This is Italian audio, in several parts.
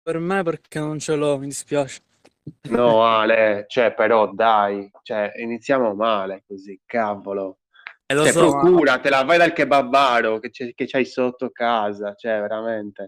Per me perché non ce l'ho, mi dispiace. No, Ale, cioè, però dai, cioè, iniziamo male così, cavolo. E lo Cioè, so, ma procuratela, vai dal kebabaro che c'hai sotto casa, cioè, veramente.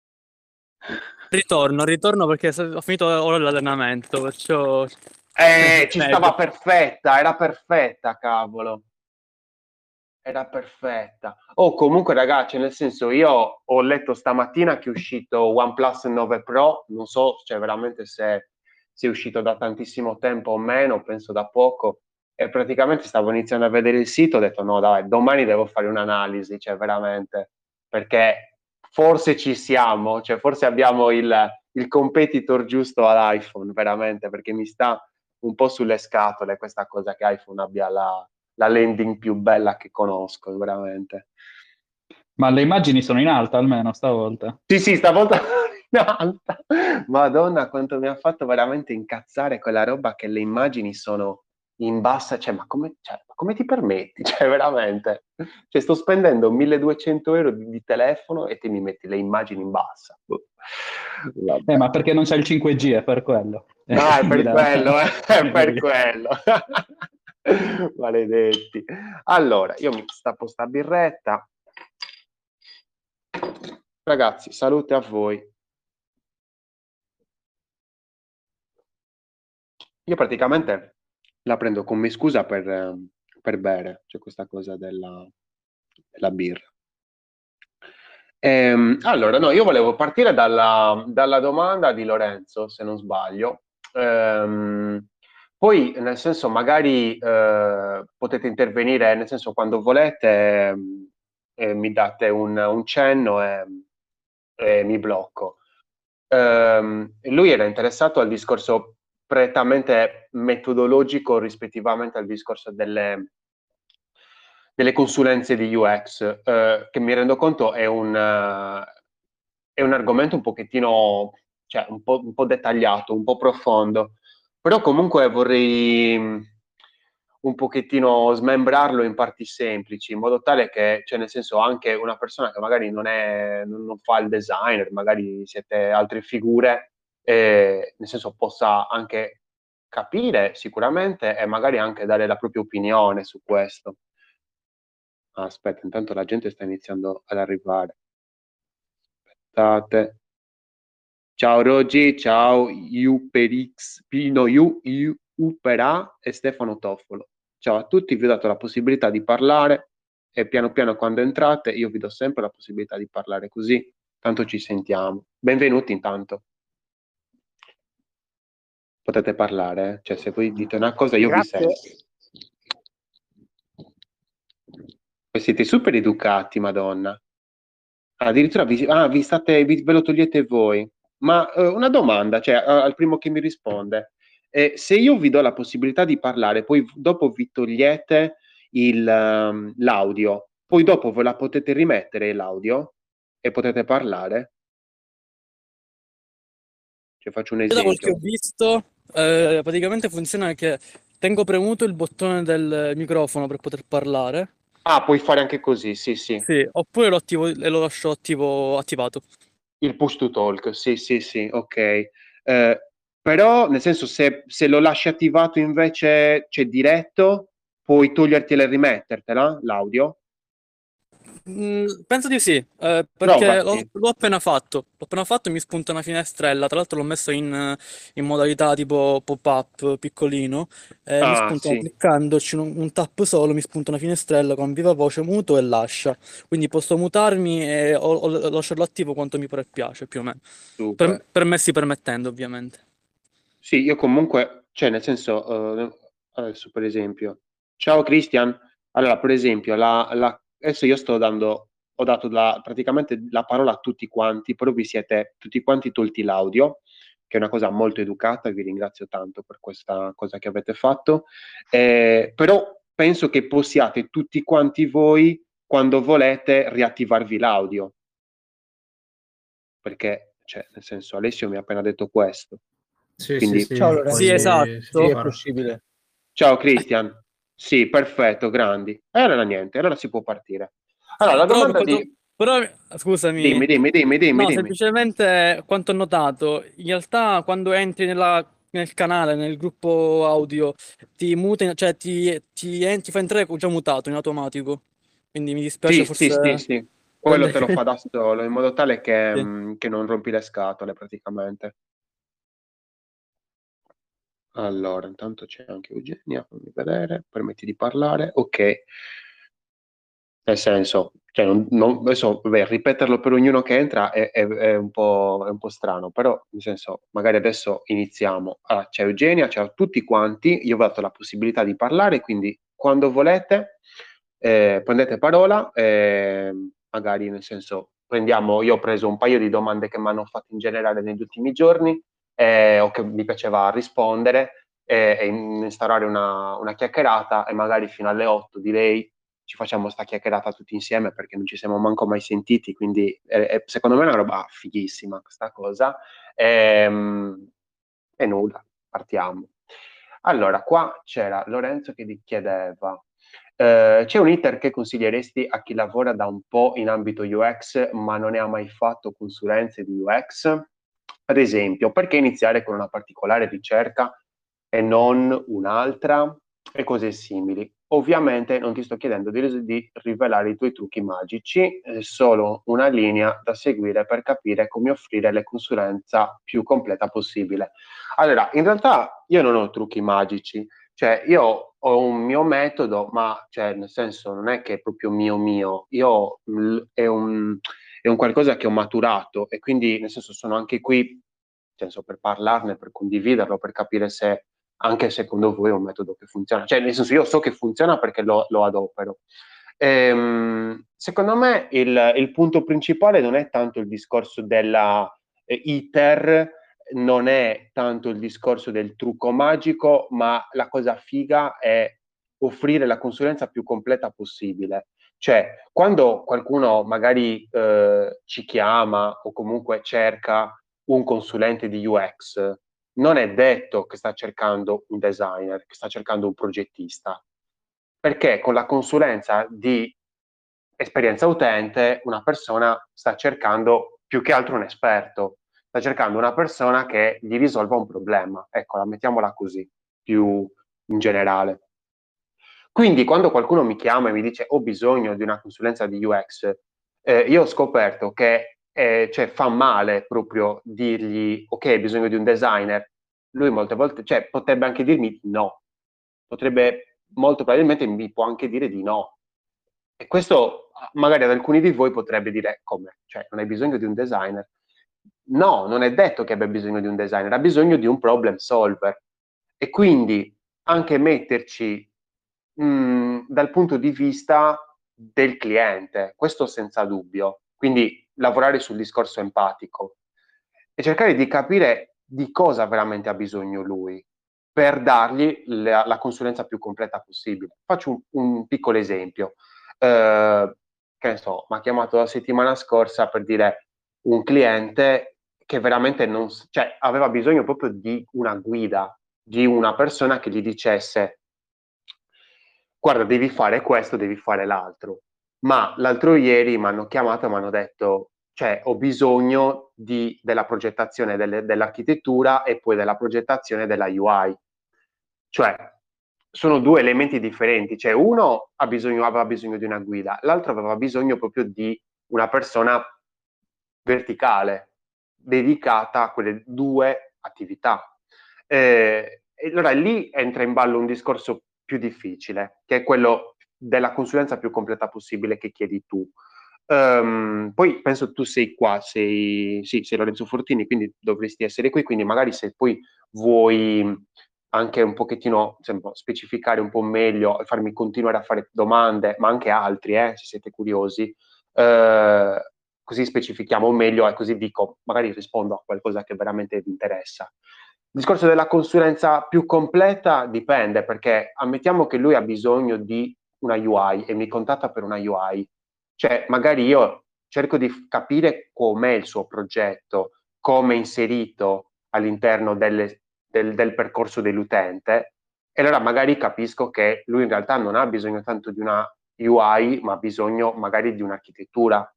ritorno perché ho finito ora l'allenamento, perciò Ci meglio. stava perfetta, era perfetta, cavolo. Era perfetta. Oh, comunque, ragazzi, nel senso, io ho letto stamattina che è uscito OnePlus 9 Pro, non so, cioè, veramente se è uscito da tantissimo tempo o meno, penso da poco, e praticamente stavo iniziando a vedere il sito, ho detto, no, dai, domani devo fare un'analisi, cioè, veramente, perché forse ci siamo, cioè, forse abbiamo il competitor giusto all'iPhone, veramente, perché mi sta un po' sulle scatole questa cosa che iPhone abbia la landing più bella che conosco, veramente. Ma le immagini sono in alto almeno stavolta. Sì, sì, stavolta in alta. Madonna, quanto mi ha fatto veramente incazzare quella roba che le immagini sono in bassa, ma come ti permetti? Cioè, veramente. Cioè, sto spendendo 1200 euro di telefono e ti mi metti le immagini in bassa. Boh. Vabbè. Ma perché non c'è il 5G, è per quello. Ah, è Quindi per quello, è per vedi. quello. Maledetti. Allora, io mi stappo sta birretta. Ragazzi, salute a voi. Io praticamente la prendo come scusa per bere, c'è questa cosa della birra. Allora, no, io volevo partire dalla domanda di Lorenzo, se non sbaglio. Poi, nel senso, magari potete intervenire, nel senso, quando volete, mi date un cenno e mi blocco. Lui era interessato al discorso prettamente metodologico rispettivamente al discorso delle consulenze di UX, che mi rendo conto è un argomento un pochettino, cioè un po' dettagliato, un po' profondo, però comunque vorrei un pochettino smembrarlo in parti semplici, in modo tale che, cioè nel senso, anche una persona che magari non fa il designer, magari siete altre figure, nel senso possa anche capire sicuramente e magari anche dare la propria opinione su questo. Ah, aspetta, intanto la gente sta iniziando ad arrivare. Aspettate. Ciao Rogi, ciao Uperix, Pino Upera e Stefano Toffolo. Ciao a tutti, vi ho dato la possibilità di parlare e piano piano quando entrate io vi do sempre la possibilità di parlare così, tanto ci sentiamo. Benvenuti intanto. Potete parlare, cioè se voi dite una cosa io vi Grazie. sento. Voi siete super educati, Madonna. Addirittura ve lo togliete voi. Ma una domanda, cioè al primo che mi risponde. Se io vi do la possibilità di parlare, poi dopo vi togliete l'audio, poi dopo ve la potete rimettere l'audio e potete parlare? Cioè, faccio un Io da quel che ho esempio. visto, praticamente funziona che tengo premuto il bottone del microfono per poter parlare, Ah, puoi fare anche così, sì, sì. sì, oppure lo attivo e lo lascio attivato. Il push to talk, sì, sì, sì, ok. Però, nel senso, se lo lasci attivato invece, c'è diretto, puoi togliertela e rimettertela, l'audio? Penso di sì, perché Provaci. l'ho appena fatto e mi spunta una finestrella, tra l'altro l'ho messo in modalità tipo pop-up piccolino, mi Ah, spunta sì. cliccandoci un tap solo, mi spunta una finestrella con viva voce muto e lascia, quindi posso mutarmi o lasciarlo attivo quanto mi pare e piace più o meno, Super. permessi permettendo ovviamente. Sì, io comunque, cioè, nel senso, adesso per esempio, ciao Christian. Allora, per esempio, adesso io ho dato praticamente la parola a tutti quanti, però vi siete tutti quanti tolti l'audio, che è una cosa molto educata, vi ringrazio tanto per questa cosa che avete fatto. Però penso che possiate tutti quanti voi, quando volete, riattivarvi l'audio, perché, cioè, nel senso, Alessio mi ha appena detto questo. Sì, sì, Quindi sì, Sì, sì, poi si può esatto. sì, è possibile. ciao Christian. Sì, perfetto, grandi. E allora niente, allora si può partire. Allora, la Però domanda di... Però, scusami, Dimmi, no, dimmi. semplicemente quanto ho notato, in realtà quando entri nel canale, nel gruppo audio, ti muta, cioè ti fa entrare già mutato in automatico. Quindi mi dispiace forse Sì. Quello te lo fa prendere... da solo, in modo tale Sì. che non rompi le scatole praticamente. Allora, intanto c'è anche Eugenia, fammi vedere, permetti di parlare, ok. Nel senso, cioè adesso, vabbè, ripeterlo per ognuno che entra è un po' strano, però nel senso, magari adesso iniziamo. Allora, c'è Eugenia, ciao a tutti quanti, io vi ho dato la possibilità di parlare, quindi quando volete prendete parola, magari nel senso, io ho preso un paio di domande che mi hanno fatto in generale negli ultimi giorni, o che mi piaceva rispondere, e instaurare una chiacchierata e magari fino alle 8 direi ci facciamo sta chiacchierata tutti insieme perché non ci siamo manco mai sentiti, quindi secondo me è una roba fighissima questa cosa. E nulla, partiamo. Allora, qua c'era Lorenzo che ti chiedeva, c'è un iter che consiglieresti a chi lavora da un po' in ambito UX ma non ne ha mai fatto consulenze di UX? Ad esempio, perché iniziare con una particolare ricerca e non un'altra e cose simili? Ovviamente non ti sto chiedendo di rivelare i tuoi trucchi magici, è solo una linea da seguire per capire come offrire la consulenza più completa possibile. Allora, in realtà io non ho trucchi magici, cioè io ho un mio metodo, ma cioè, nel senso non è che è proprio mio, è un qualcosa che ho maturato e quindi nel senso sono anche qui nel senso, per parlarne, per condividerlo, per capire se anche secondo voi è un metodo che funziona. Cioè, nel senso, io so che funziona perché lo adopero. Secondo me il punto principale non è tanto il discorso della iter, non è tanto il discorso del trucco magico, ma la cosa figa è offrire la consulenza più completa possibile. Cioè, quando qualcuno magari ci chiama o comunque cerca un consulente di UX, non è detto che sta cercando un designer, che sta cercando un progettista, perché con la consulenza di esperienza utente una persona sta cercando più che altro un esperto, sta cercando una persona che gli risolva un problema. Ecco, la mettiamola così, più in generale. Quindi quando qualcuno mi chiama e mi dice ho bisogno di una consulenza di UX, io ho scoperto che cioè, fa male proprio dirgli ok, hai bisogno di un designer. Lui molte volte, cioè, potrebbe anche dirmi no, potrebbe molto probabilmente mi può anche dire di no. E questo magari ad alcuni di voi potrebbe dire come? Cioè, non hai bisogno di un designer? No, non è detto che abbia bisogno di un designer, ha bisogno di un problem solver. E quindi anche metterci dal punto di vista del cliente, questo senza dubbio. Quindi lavorare sul discorso empatico e cercare di capire di cosa veramente ha bisogno lui per dargli la consulenza più completa possibile. Faccio un piccolo esempio. Che ne so, mi ha chiamato la settimana scorsa per dire un cliente che veramente non, cioè, aveva bisogno proprio di una guida, di una persona che gli dicesse guarda, devi fare questo, devi fare l'altro. Ma l'altro ieri mi hanno chiamato e mi hanno detto, cioè, ho bisogno della progettazione dell'architettura e poi della progettazione della UI. Cioè, sono due elementi differenti. Cioè, uno aveva bisogno di una guida, l'altro aveva bisogno proprio di una persona verticale, dedicata a quelle due attività. E allora lì entra in ballo un discorso più difficile, che è quello della consulenza più completa possibile che chiedi tu. Poi penso tu sei qua, sei Lorenzo Fortini, quindi dovresti essere qui, quindi magari se poi vuoi anche un pochettino specificare un po' meglio e farmi continuare a fare domande, ma anche altri, se siete curiosi, così specifichiamo meglio e così dico, magari rispondo a qualcosa che veramente vi interessa. Il discorso della consulenza più completa dipende, perché ammettiamo che lui ha bisogno di una UI e mi contatta per una UI, cioè magari io cerco di capire com'è il suo progetto, come è inserito all'interno del percorso dell'utente, e allora magari capisco che lui in realtà non ha bisogno tanto di una UI, ma ha bisogno magari di un'architettura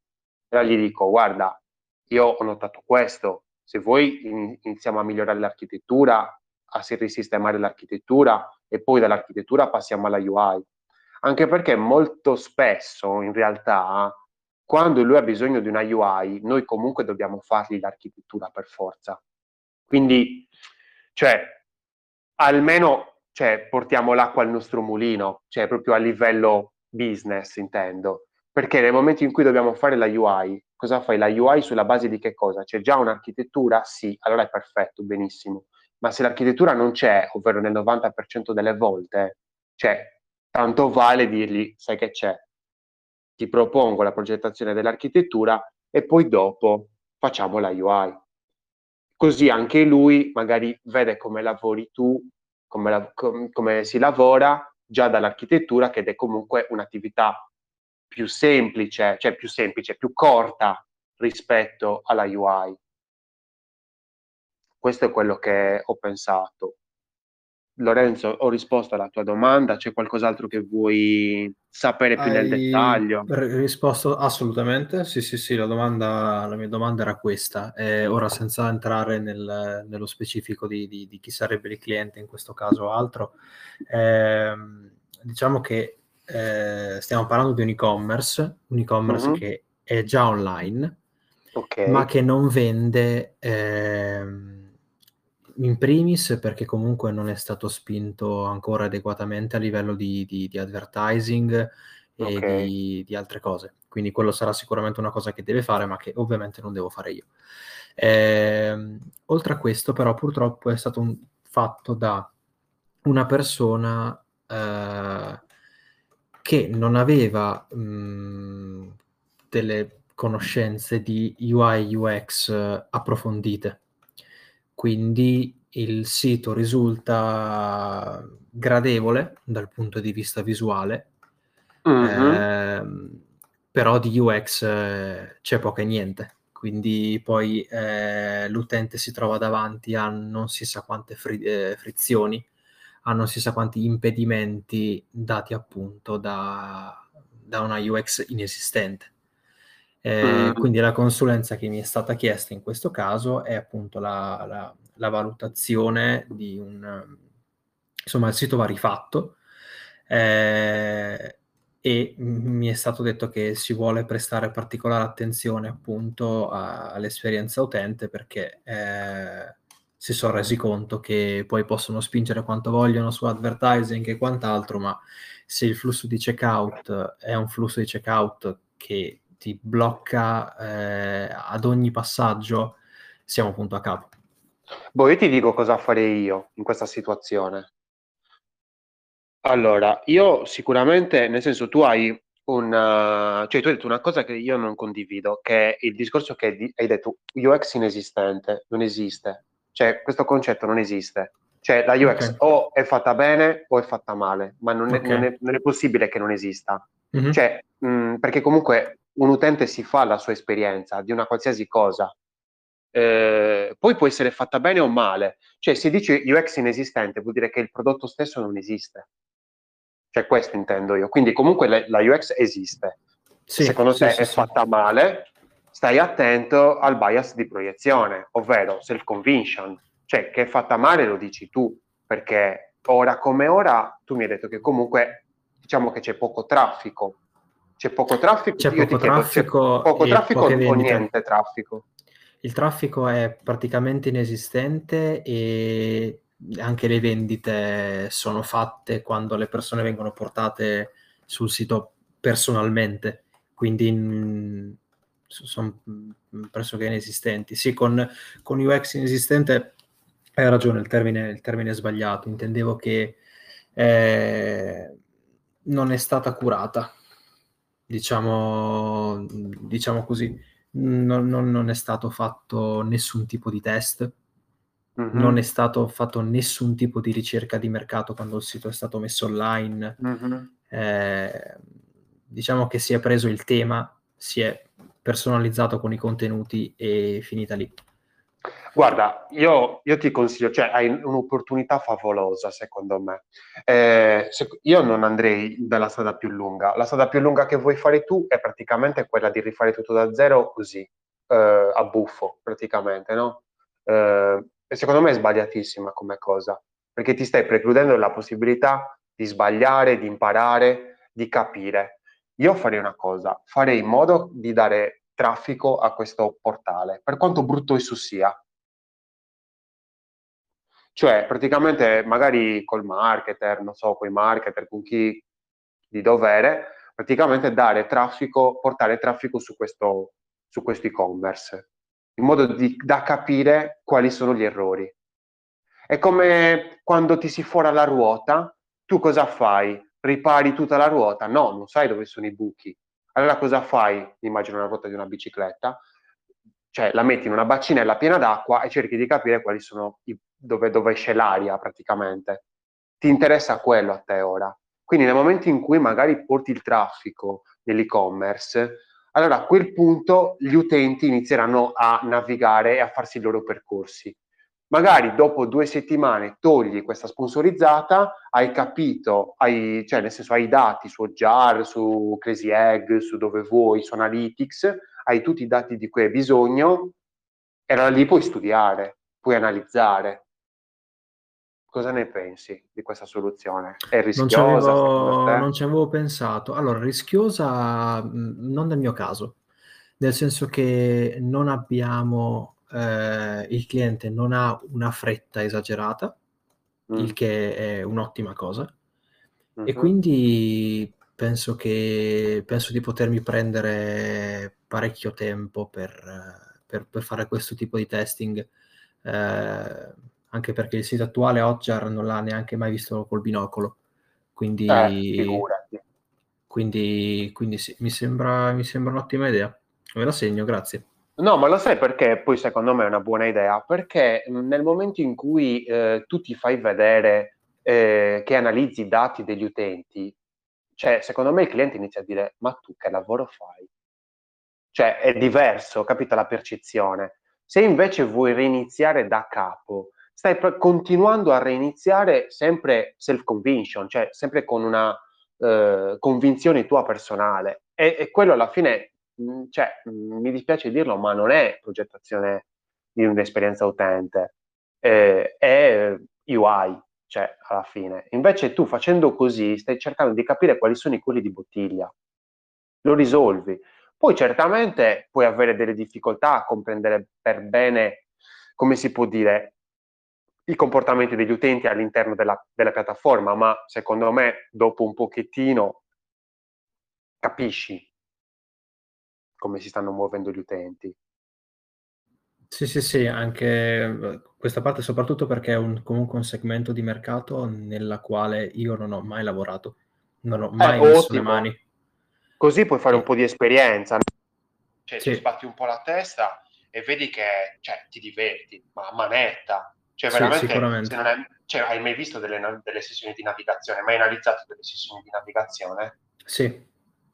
allora gli dico, guarda, io ho notato questo, se vuoi iniziamo a migliorare l'architettura, a risistemare l'architettura e poi dall'architettura passiamo alla UI. Anche perché molto spesso, in realtà, quando lui ha bisogno di una UI, noi comunque dobbiamo fargli l'architettura per forza. Quindi, cioè, almeno portiamo l'acqua al nostro mulino, cioè proprio a livello business, intendo. Perché nel momento in cui dobbiamo fare la UI, cosa fai? La UI sulla base di che cosa? C'è già un'architettura? Sì, allora è perfetto, benissimo. Ma se l'architettura non c'è, ovvero nel 90% delle volte, tanto vale dirgli, sai che c'è, ti propongo la progettazione dell'architettura e poi dopo facciamo la UI. Così anche lui magari vede come lavori tu, come si lavora già dall'architettura, che è comunque un'attività più semplice, più corta rispetto alla UI. Questo è quello che ho pensato. Lorenzo, ho risposto alla tua domanda, c'è qualcos'altro che vuoi sapere più nel Hai dettaglio? risposto assolutamente, sì, la mia domanda era questa. Ora, senza entrare nello specifico di chi sarebbe il cliente in questo caso o altro, diciamo che stiamo parlando di un e-commerce Mhm. che è già online, Ok. ma che non vende in primis perché comunque non è stato spinto ancora adeguatamente a livello di advertising e Ok. di altre cose. Quindi quello sarà sicuramente una cosa che deve fare, ma che ovviamente non devo fare io. Oltre a questo, però, purtroppo è stato fatto da una persona che non aveva delle conoscenze di UI UX approfondite. Quindi il sito risulta gradevole dal punto di vista visuale, però di UX c'è poco e niente. Quindi poi l'utente si trova davanti a non si sa quante frizioni, a non si sa quanti impedimenti dati appunto da una UX inesistente. Quindi la consulenza che mi è stata chiesta in questo caso è appunto la valutazione di insomma, il sito va rifatto e mi è stato detto che si vuole prestare particolare attenzione appunto all'esperienza utente perché si sono resi conto che poi possono spingere quanto vogliono su advertising e quant'altro, ma se il flusso di checkout è un flusso di checkout che ti blocca ad ogni passaggio, siamo punto a capo. Boh, io ti dico cosa farei io in questa situazione. Allora, io sicuramente, nel senso, tu hai cioè tu hai detto una cosa che io non condivido, che è il discorso che hai detto UX inesistente, non esiste. Cioè, questo concetto non esiste. Cioè, la UX Ok. o è fatta bene o è fatta male, ma non è, Ok. non è possibile che non esista. Mhm. Cioè, perché comunque un utente si fa la sua esperienza di una qualsiasi cosa. Poi può essere fatta bene o male. Cioè, se dice UX inesistente, vuol dire che il prodotto stesso non esiste. Cioè, questo intendo io. Quindi, comunque, la UX esiste. Sì, Secondo sì, te sì, è sì. fatta male? Stai attento al bias di proiezione, ovvero self-conviction. Cioè, che è fatta male lo dici tu, perché ora come ora tu mi hai detto che comunque diciamo che c'è poco traffico. C'è poco traffico? C'è Io ti poco chiedo, c'è traffico poco e traffico poche o vendite. niente traffico? Il traffico è praticamente inesistente e anche le vendite sono fatte quando le persone vengono portate sul sito personalmente, quindi sono pressoché inesistenti. Sì, con UX inesistente hai ragione, il termine è sbagliato. Intendevo che non è stata curata, diciamo così. Non è stato fatto nessun tipo di test, non è Mhm, stato fatto nessun tipo di ricerca di mercato quando il sito è stato messo online. mhm. Diciamo che si è preso il tema, si è personalizzato con i contenuti e finita lì. Guarda, io ti consiglio, cioè hai un'opportunità favolosa secondo me. Io non andrei dalla strada più lunga. La strada più lunga che vuoi fare tu è praticamente quella di rifare tutto da zero così, a buffo, praticamente, no? E secondo me è sbagliatissima come cosa, perché ti stai precludendo la possibilità di sbagliare, di imparare, di capire. Io farei una cosa, farei in modo di dare traffico a questo portale, per quanto brutto esso sia. Cioè, praticamente magari col marketer, non so, coi marketer, con chi di dovere, praticamente dare traffico, portare traffico su questo e-commerce, in modo da capire quali sono gli errori. È come quando ti si fora la ruota, tu cosa fai? Ripari tutta la ruota? No, non sai dove sono i buchi. Allora cosa fai? Immagino una ruota di una bicicletta, cioè la metti in una bacinella piena d'acqua e cerchi di capire quali sono dove esce l'aria praticamente. Ti interessa quello a te ora. Quindi nel momento in cui magari porti il traffico nell'e-commerce, allora a quel punto gli utenti inizieranno a navigare e a farsi i loro percorsi. Magari dopo 2 settimane togli questa sponsorizzata, hai capito, cioè nel senso hai i dati su Jar, su Crazy Egg, su dove vuoi, su Analytics, hai tutti i dati di cui hai bisogno e allora lì puoi studiare, puoi analizzare. Cosa ne pensi di questa soluzione? È rischiosa secondo Non te? ci avevo pensato. Allora, rischiosa, non nel mio caso, nel senso che non abbiamo, il cliente non ha una fretta esagerata, il che è un'ottima cosa, e quindi penso di potermi prendere parecchio tempo per fare questo tipo di testing, anche perché il sito attuale Hotjar non l'ha neanche mai visto col binocolo. Quindi Figurati. sì, mi sembra un'ottima idea. Me la segno, grazie. No, ma lo sai perché poi secondo me è una buona idea? Perché nel momento in cui tu ti fai vedere che analizzi i dati degli utenti, cioè secondo me il cliente inizia a dire: ma tu che lavoro fai? Cioè è diverso, capita la percezione. Se invece vuoi reiniziare da capo, stai continuando a reiniziare sempre self-conviction, cioè sempre con una convinzione tua personale. E quello alla fine, cioè, mi dispiace dirlo, ma non è progettazione di un'esperienza utente, è UI, cioè alla fine. Invece tu facendo così stai cercando di capire quali sono i quelli di bottiglia, lo risolvi. Poi certamente puoi avere delle difficoltà a comprendere per bene, come si può dire, i comportamenti degli utenti all'interno della piattaforma, ma secondo me dopo un pochettino capisci come si stanno muovendo gli utenti. Sì, sì, sì, anche questa parte soprattutto perché è comunque un segmento di mercato nella quale io non ho mai lavorato, non ho mai messo le Ottimo. mani. Così puoi fare un E- po' di esperienza, cioè ci sì, sbatti un po' la testa e vedi che cioè, ti diverti, ma a manetta. Cioè sì, veramente, se sicuramente. non hai, cioè, hai mai visto delle sessioni di navigazione? Mai analizzato delle sessioni di navigazione? Sì.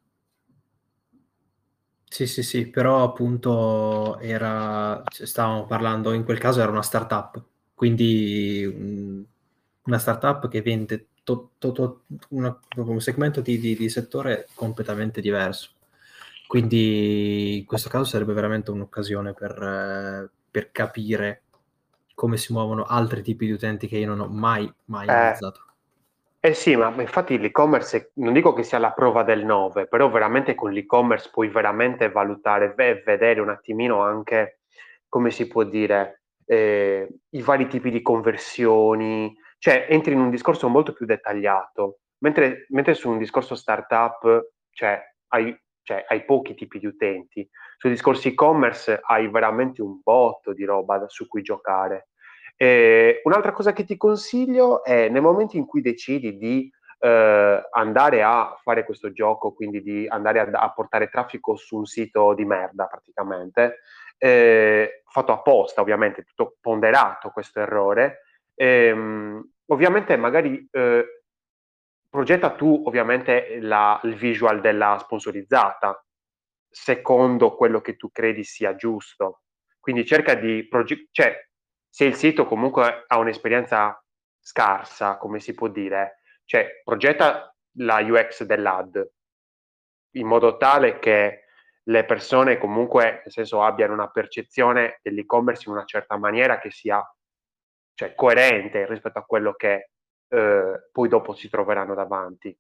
Sì, sì, sì, però appunto stavamo parlando, in quel caso era una startup, quindi una startup che vende proprio un segmento di settore completamente diverso. Quindi in questo caso sarebbe veramente un'occasione per capire come si muovono altri tipi di utenti che io non ho mai Eh, analizzato. Eh sì, ma infatti l'e-commerce, non dico che sia la prova del 9, però veramente con l'e-commerce puoi veramente valutare e vedere un attimino anche, come si può dire, i vari tipi di conversioni, cioè entri in un discorso molto più dettagliato, mentre su un discorso startup, hai pochi tipi di utenti, sui discorsi e-commerce hai veramente un botto di roba su cui giocare. Un'altra cosa che ti consiglio è nel momento in cui decidi di andare a fare questo gioco, quindi di andare a portare traffico su un sito di merda praticamente, fatto apposta ovviamente, tutto ponderato questo errore, ovviamente magari progetta tu ovviamente il visual della sponsorizzata secondo quello che tu credi sia giusto. quindi cerca di cioè, se il sito comunque ha un'esperienza scarsa, come si può dire, cioè progetta la UX dell'ad in modo tale che le persone comunque, nel senso, abbiano una percezione dell'e-commerce in una certa maniera che sia, cioè, coerente rispetto a quello che poi dopo si troveranno davanti.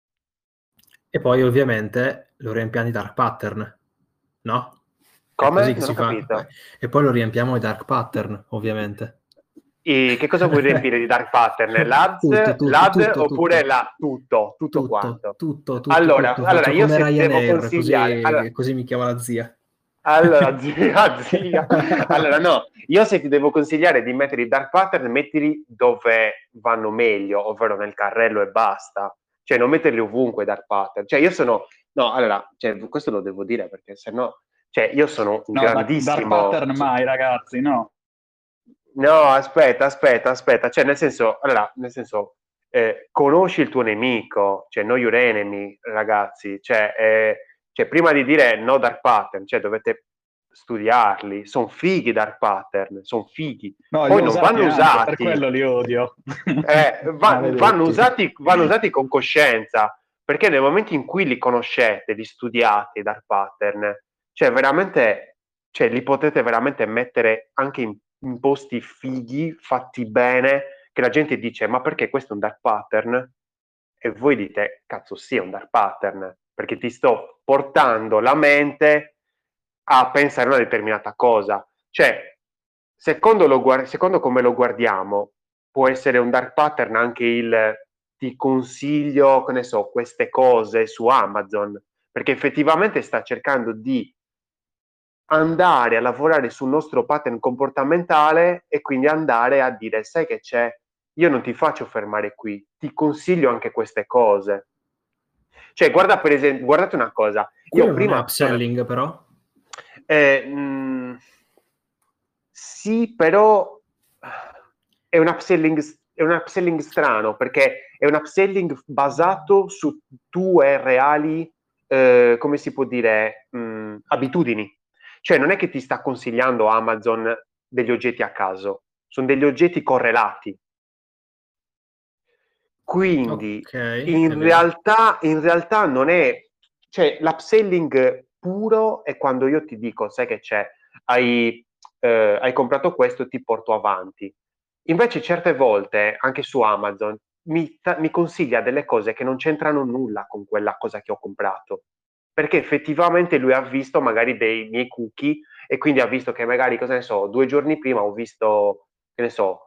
E poi ovviamente lo riempiamo di dark pattern, no? È Come? così che Non ho si fa. capito. E poi lo riempiamo di dark pattern, ovviamente. Che cosa vuoi riempire di dark pattern? L'ad oppure tutto quanto? Tutto. Allora, Faccio io come se ti devo Ryanair, consigliare, così mi chiama la zia. allora, zia. Allora, no, io se ti devo consigliare di mettere i dark pattern, mettili dove vanno meglio, ovvero nel carrello e basta. Cioè, non metterli ovunque i dark pattern. Cioè, io sono... No, allora, cioè, questo lo devo dire perché sennò... Cioè, io sono un No, dark grandissimo... pattern mai, ragazzi, no. No, aspetta. Cioè, nel senso, conosci il tuo nemico, cioè, know your enemy, ragazzi. Cioè, prima di dire no dark pattern, cioè, dovete studiarli. Sono fighi dark pattern, sono fighi. No, li Poi ho non usati vanno anche, per usati, quello li odio. vanno Maledetti. usati con coscienza, perché nel momento in cui li conoscete, li studiate, i dark pattern, cioè, veramente, cioè, li potete veramente mettere anche in posti fighi, fatti bene, che la gente dice, ma perché questo è un dark pattern? E voi dite, cazzo sì, è un dark pattern, perché ti sto portando la mente a pensare a una determinata cosa. Cioè, secondo come lo guardiamo, può essere un dark pattern anche il ti consiglio, che ne so, queste cose su Amazon, perché effettivamente sta cercando di andare a lavorare sul nostro pattern comportamentale e quindi andare a dire, sai che c'è? Io non ti faccio fermare qui, ti consiglio anche queste cose. Cioè, guarda per esempio, guardate una cosa, io Quello non è prima upselling, però. sì, però è un upselling strano, perché è un upselling basato su tue reali, come si può dire, abitudini. Cioè, non è che ti sta consigliando Amazon degli oggetti a caso, sono degli oggetti correlati. Quindi Ok, è vero. in realtà non è, cioè l'upselling puro è quando io ti dico, sai che c'è, hai comprato questo, ti porto avanti. Invece certe volte, anche su Amazon, mi consiglia delle cose che non c'entrano nulla con quella cosa che ho comprato. Perché effettivamente lui ha visto magari dei miei cookie e quindi ha visto che magari, cosa ne so, 2 giorni prima ho visto, che ne so,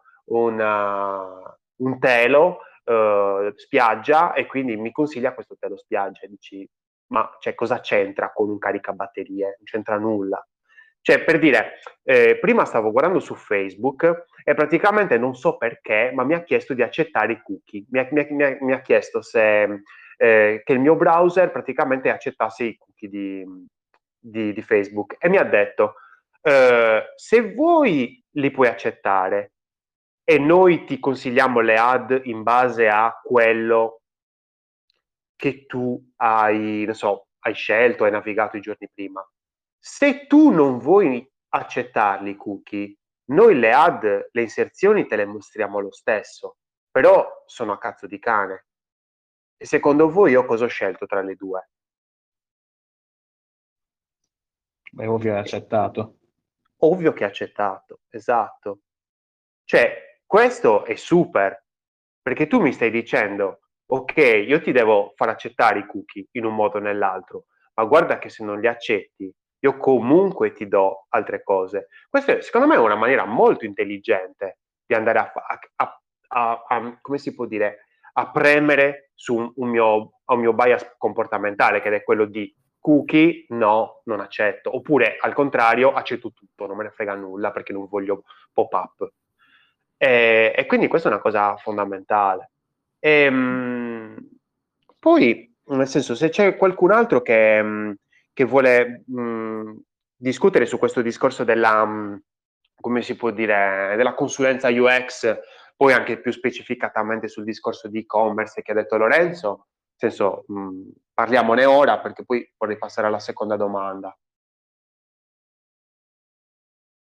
un telo spiaggia e quindi mi consiglia questo telo spiaggia e dici ma cioè, cosa c'entra con un caricabatterie? Non c'entra nulla. Cioè, per dire, prima stavo guardando su Facebook e praticamente non so perché, ma mi ha chiesto di accettare i cookie. Mi ha chiesto se, che il mio browser praticamente accettasse i cookie di Facebook e mi ha detto, se vuoi li puoi accettare e noi ti consigliamo le ad in base a quello che tu hai, non so, hai scelto, hai navigato i giorni prima. Se tu non vuoi accettarli i cookie, noi le ad, le inserzioni te le mostriamo lo stesso, però sono a cazzo di cane. E secondo voi io cosa ho scelto tra le due? Beh, ovvio, è accettato. Ovvio che accettato, esatto. Cioè, questo è super, perché tu mi stai dicendo, ok, io ti devo far accettare i cookie in un modo o nell'altro, ma guarda che se non li accetti, io comunque ti do altre cose. Questa secondo me è una maniera molto intelligente di andare come si può dire, a premere su un mio bias comportamentale, che è quello di cookie, no, non accetto. Oppure, al contrario, accetto tutto, non me ne frega nulla perché non voglio pop-up. E quindi questa è una cosa fondamentale. Poi, nel senso, se c'è qualcun altro che vuole discutere su questo discorso della, come si può dire, della consulenza UX, poi anche più specificatamente sul discorso di e-commerce che ha detto Lorenzo, nel senso, parliamone ora perché poi vorrei passare alla seconda domanda.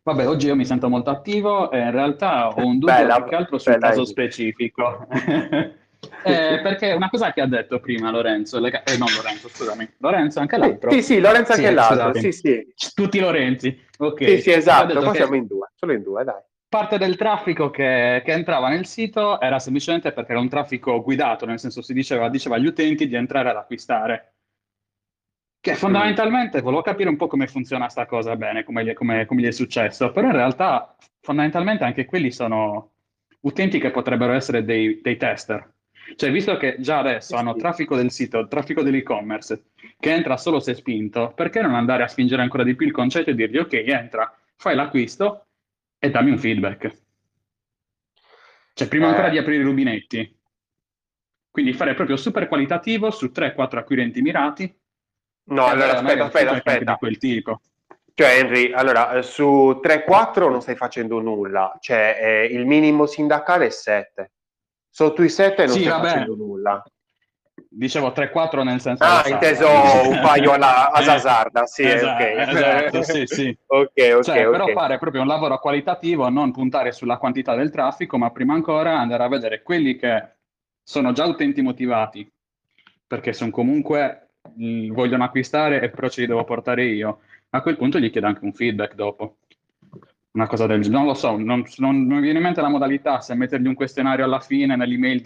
Vabbè, oggi io mi sento molto attivo e in realtà ho un dubbio Bella, più che altro sul bella caso Enrico. specifico. Perché una cosa che ha detto prima Lorenzo, non Lorenzo, scusami, Lorenzo anche l'altro. Sì, sì, Lorenzo anche Sì, l'altro, scusate, sì, sì. tutti Lorenzi, ok. Sì, sì, Che ha esatto, detto qua siamo che in due, solo in due, dai. parte del traffico che entrava nel sito era semplicemente perché era un traffico guidato, nel senso diceva agli utenti di entrare ad acquistare. Che fondamentalmente volevo capire un po' come funziona sta cosa bene, come gli è successo, però in realtà fondamentalmente anche quelli sono utenti che potrebbero essere dei tester. Cioè, visto che già adesso hanno Sì. traffico del sito, traffico dell'e-commerce, che entra solo se spinto, perché non andare a spingere ancora di più il concetto e dirgli ok, entra, fai l'acquisto e dammi un feedback. Cioè, prima ancora di aprire i rubinetti. Quindi fare proprio super qualitativo su 3-4 acquirenti mirati No, e allora avere magari un feedback anche di aspetta. quel tipo. Cioè, Henry, allora, su 3-4 non stai facendo nulla, cioè il minimo sindacale è 7. Sotto i 7 non Sì, stai vabbè, facendo nulla. dicevo 3-4 nel senso alla Ah, sarda. inteso un paio a Zasarda, sì, Esatto, ok. sì, sì. Ok, ok, Cioè, però ok. fare proprio un lavoro qualitativo, non puntare sulla quantità del traffico, ma prima ancora andare a vedere quelli che sono già utenti motivati, perché sono comunque, vogliono acquistare e però ce li devo portare io. A quel punto gli chiedo anche un feedback dopo. Una cosa del genere, non lo so, non mi viene in mente la modalità, se mettergli un questionario alla fine nell'email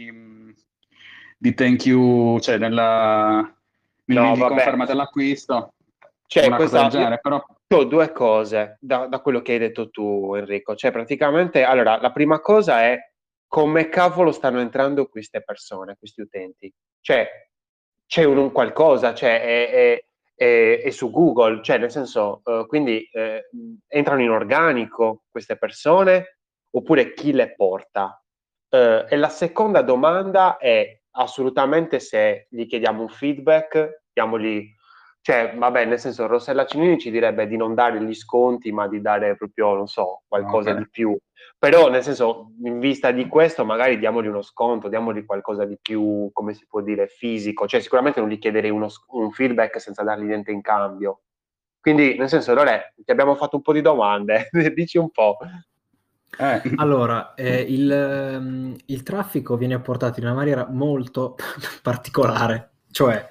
di thank you, cioè nell'email No, di vabbè. conferma dell'acquisto, Cioè, una cosa del genere, però io ho due cose da quello che hai detto tu, Enrico. Cioè, praticamente, allora, la prima cosa è come cavolo stanno entrando queste persone, questi utenti. Cioè, c'è un qualcosa, cioè, è su Google, cioè, nel senso, quindi entrano in organico queste persone oppure chi le porta? E la seconda domanda è assolutamente se gli chiediamo un feedback, diamogli, cioè, vabbè, nel senso, Rossella Cinini ci direbbe di non dare gli sconti, ma di dare proprio, non so, qualcosa vabbè. di più. Però, nel senso, in vista di questo, magari diamogli uno sconto, diamogli qualcosa di più, come si può dire, fisico. Cioè, sicuramente non gli chiederei un feedback senza dargli niente in cambio. Quindi, nel senso, Lore, ti abbiamo fatto un po' di domande, dici un po'. Allora, il traffico viene portato in una maniera molto particolare, cioè,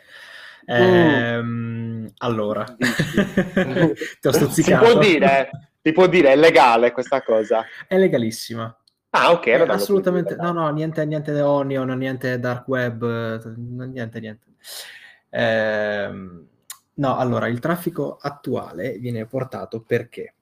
allora, ti ho stuzzicato. Si può dire, è legale questa cosa. È legalissima. Ah, ok, allora lo puoi Assolutamente, dire, dai. no, niente Onion, niente Dark Web, niente. No, allora, il traffico attuale viene portato perché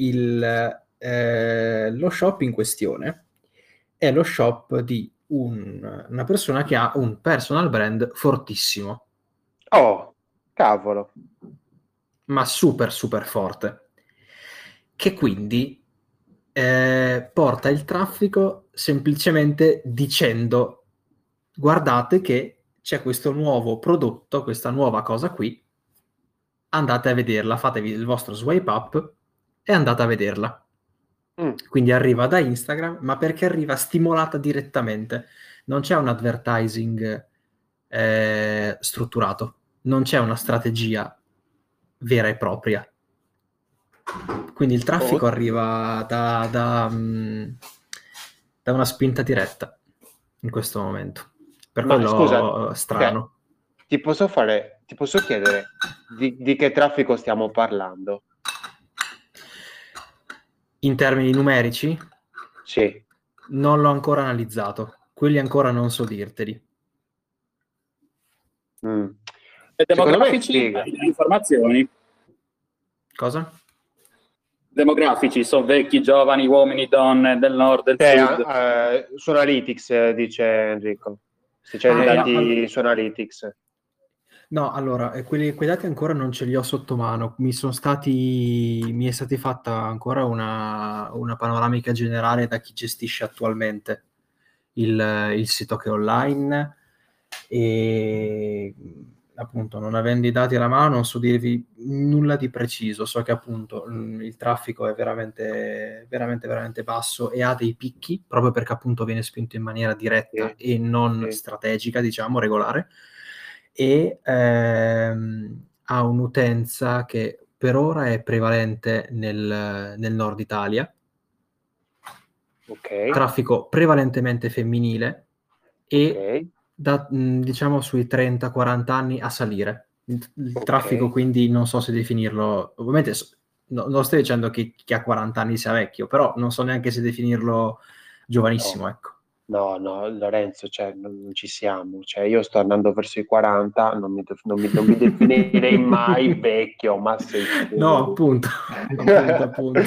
lo shop in questione è lo shop di una persona che ha un personal brand fortissimo, Oh, cavolo. ma super forte, che quindi porta il traffico semplicemente dicendo: guardate che c'è questo nuovo prodotto, questa nuova cosa qui, andate a vederla, fatevi il vostro swipe up e andate a vederla. Quindi arriva da Instagram, ma perché arriva stimolata direttamente. Non c'è un advertising strutturato, non c'è una strategia vera e propria. Quindi il traffico arriva da una spinta diretta in questo momento. Per Ma quello scusa, strano. ti posso chiedere di che traffico stiamo parlando? In termini numerici? Sì. Non l'ho ancora analizzato. Quelli ancora non so dirteli. E Secondo me è demografici, figa. informazioni. Cosa? Demografici, sono vecchi, giovani, uomini, donne, del nord, del sud. Su Analytics, dice Enrico. Se c'è dei dati su Analytics. No, allora, quei dati ancora non ce li ho sotto mano. Mi è stata fatta ancora una panoramica generale da chi gestisce attualmente il sito che è online, e appunto, non avendo i dati alla mano non so dirvi nulla di preciso. So che appunto il traffico è veramente basso e ha dei picchi proprio perché appunto viene spinto in maniera diretta e non strategica, diciamo, regolare, e ha un'utenza che per ora è prevalente nel nord Italia, Ok, traffico prevalentemente femminile e ok, diciamo sui 30-40 anni a salire. Il ok. traffico quindi non so se definirlo, ovviamente non sto dicendo che chi ha 40 anni sia vecchio, però non so neanche se definirlo giovanissimo, No. ecco. No, Lorenzo, cioè, non ci siamo. Cioè, io sto andando verso i 40, non mi definirei mai vecchio, ma sei No, fuori. appunto. Appunto.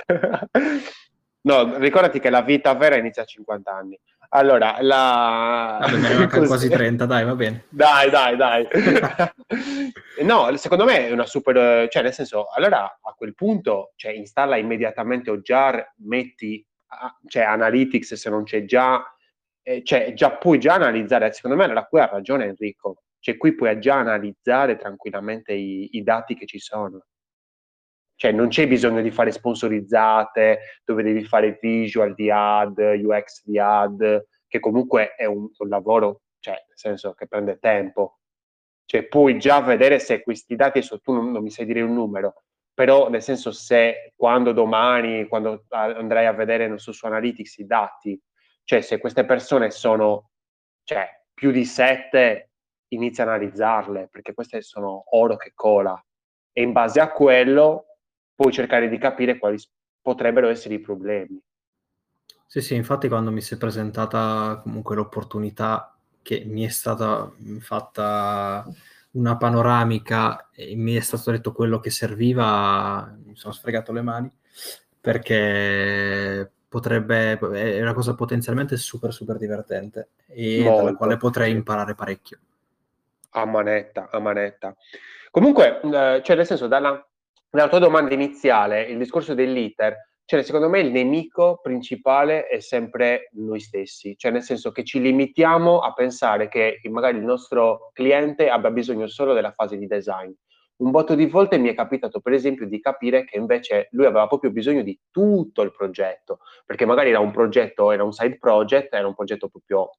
No, ricordati che la vita vera inizia a 50 anni. Allora, Vabbè, me ne mancano così. quasi 30, dai, va bene. Dai. No, secondo me è una super... Cioè, nel senso, allora a quel punto, cioè, installa immediatamente Ojar, metti cioè, Analytics se non c'è già, cioè, puoi già analizzare, secondo me allora qui ha ragione Enrico, cioè qui puoi già analizzare tranquillamente i dati che ci sono. Cioè non c'è bisogno di fare sponsorizzate, dove devi fare visual di ad, UX di ad, che comunque è un lavoro, cioè nel senso che prende tempo. Cioè puoi già vedere se questi dati, tu non mi sai dire un numero, però nel senso se quando domani, quando andrai a vedere, non so, su Analytics i dati, cioè se queste persone sono, cioè, più di 7, inizia a analizzarle, perché queste sono oro che cola. E in base a quello puoi cercare di capire quali potrebbero essere i problemi. Sì, infatti quando mi si è presentata comunque l'opportunità che mi è stata fatta una panoramica e mi è stato detto quello che serviva, mi sono sfregato le mani perché è una cosa potenzialmente super super divertente e dalla quale Molto, potrei sì. imparare parecchio. A manetta. Comunque, cioè nel senso, dalla tua domanda iniziale, il discorso dell'iter, cioè secondo me il nemico principale è sempre noi stessi, cioè nel senso che ci limitiamo a pensare che magari il nostro cliente abbia bisogno solo della fase di design. Un botto di volte mi è capitato, per esempio, di capire che invece lui aveva proprio bisogno di tutto il progetto, perché magari era un progetto, era un side project, era un progetto proprio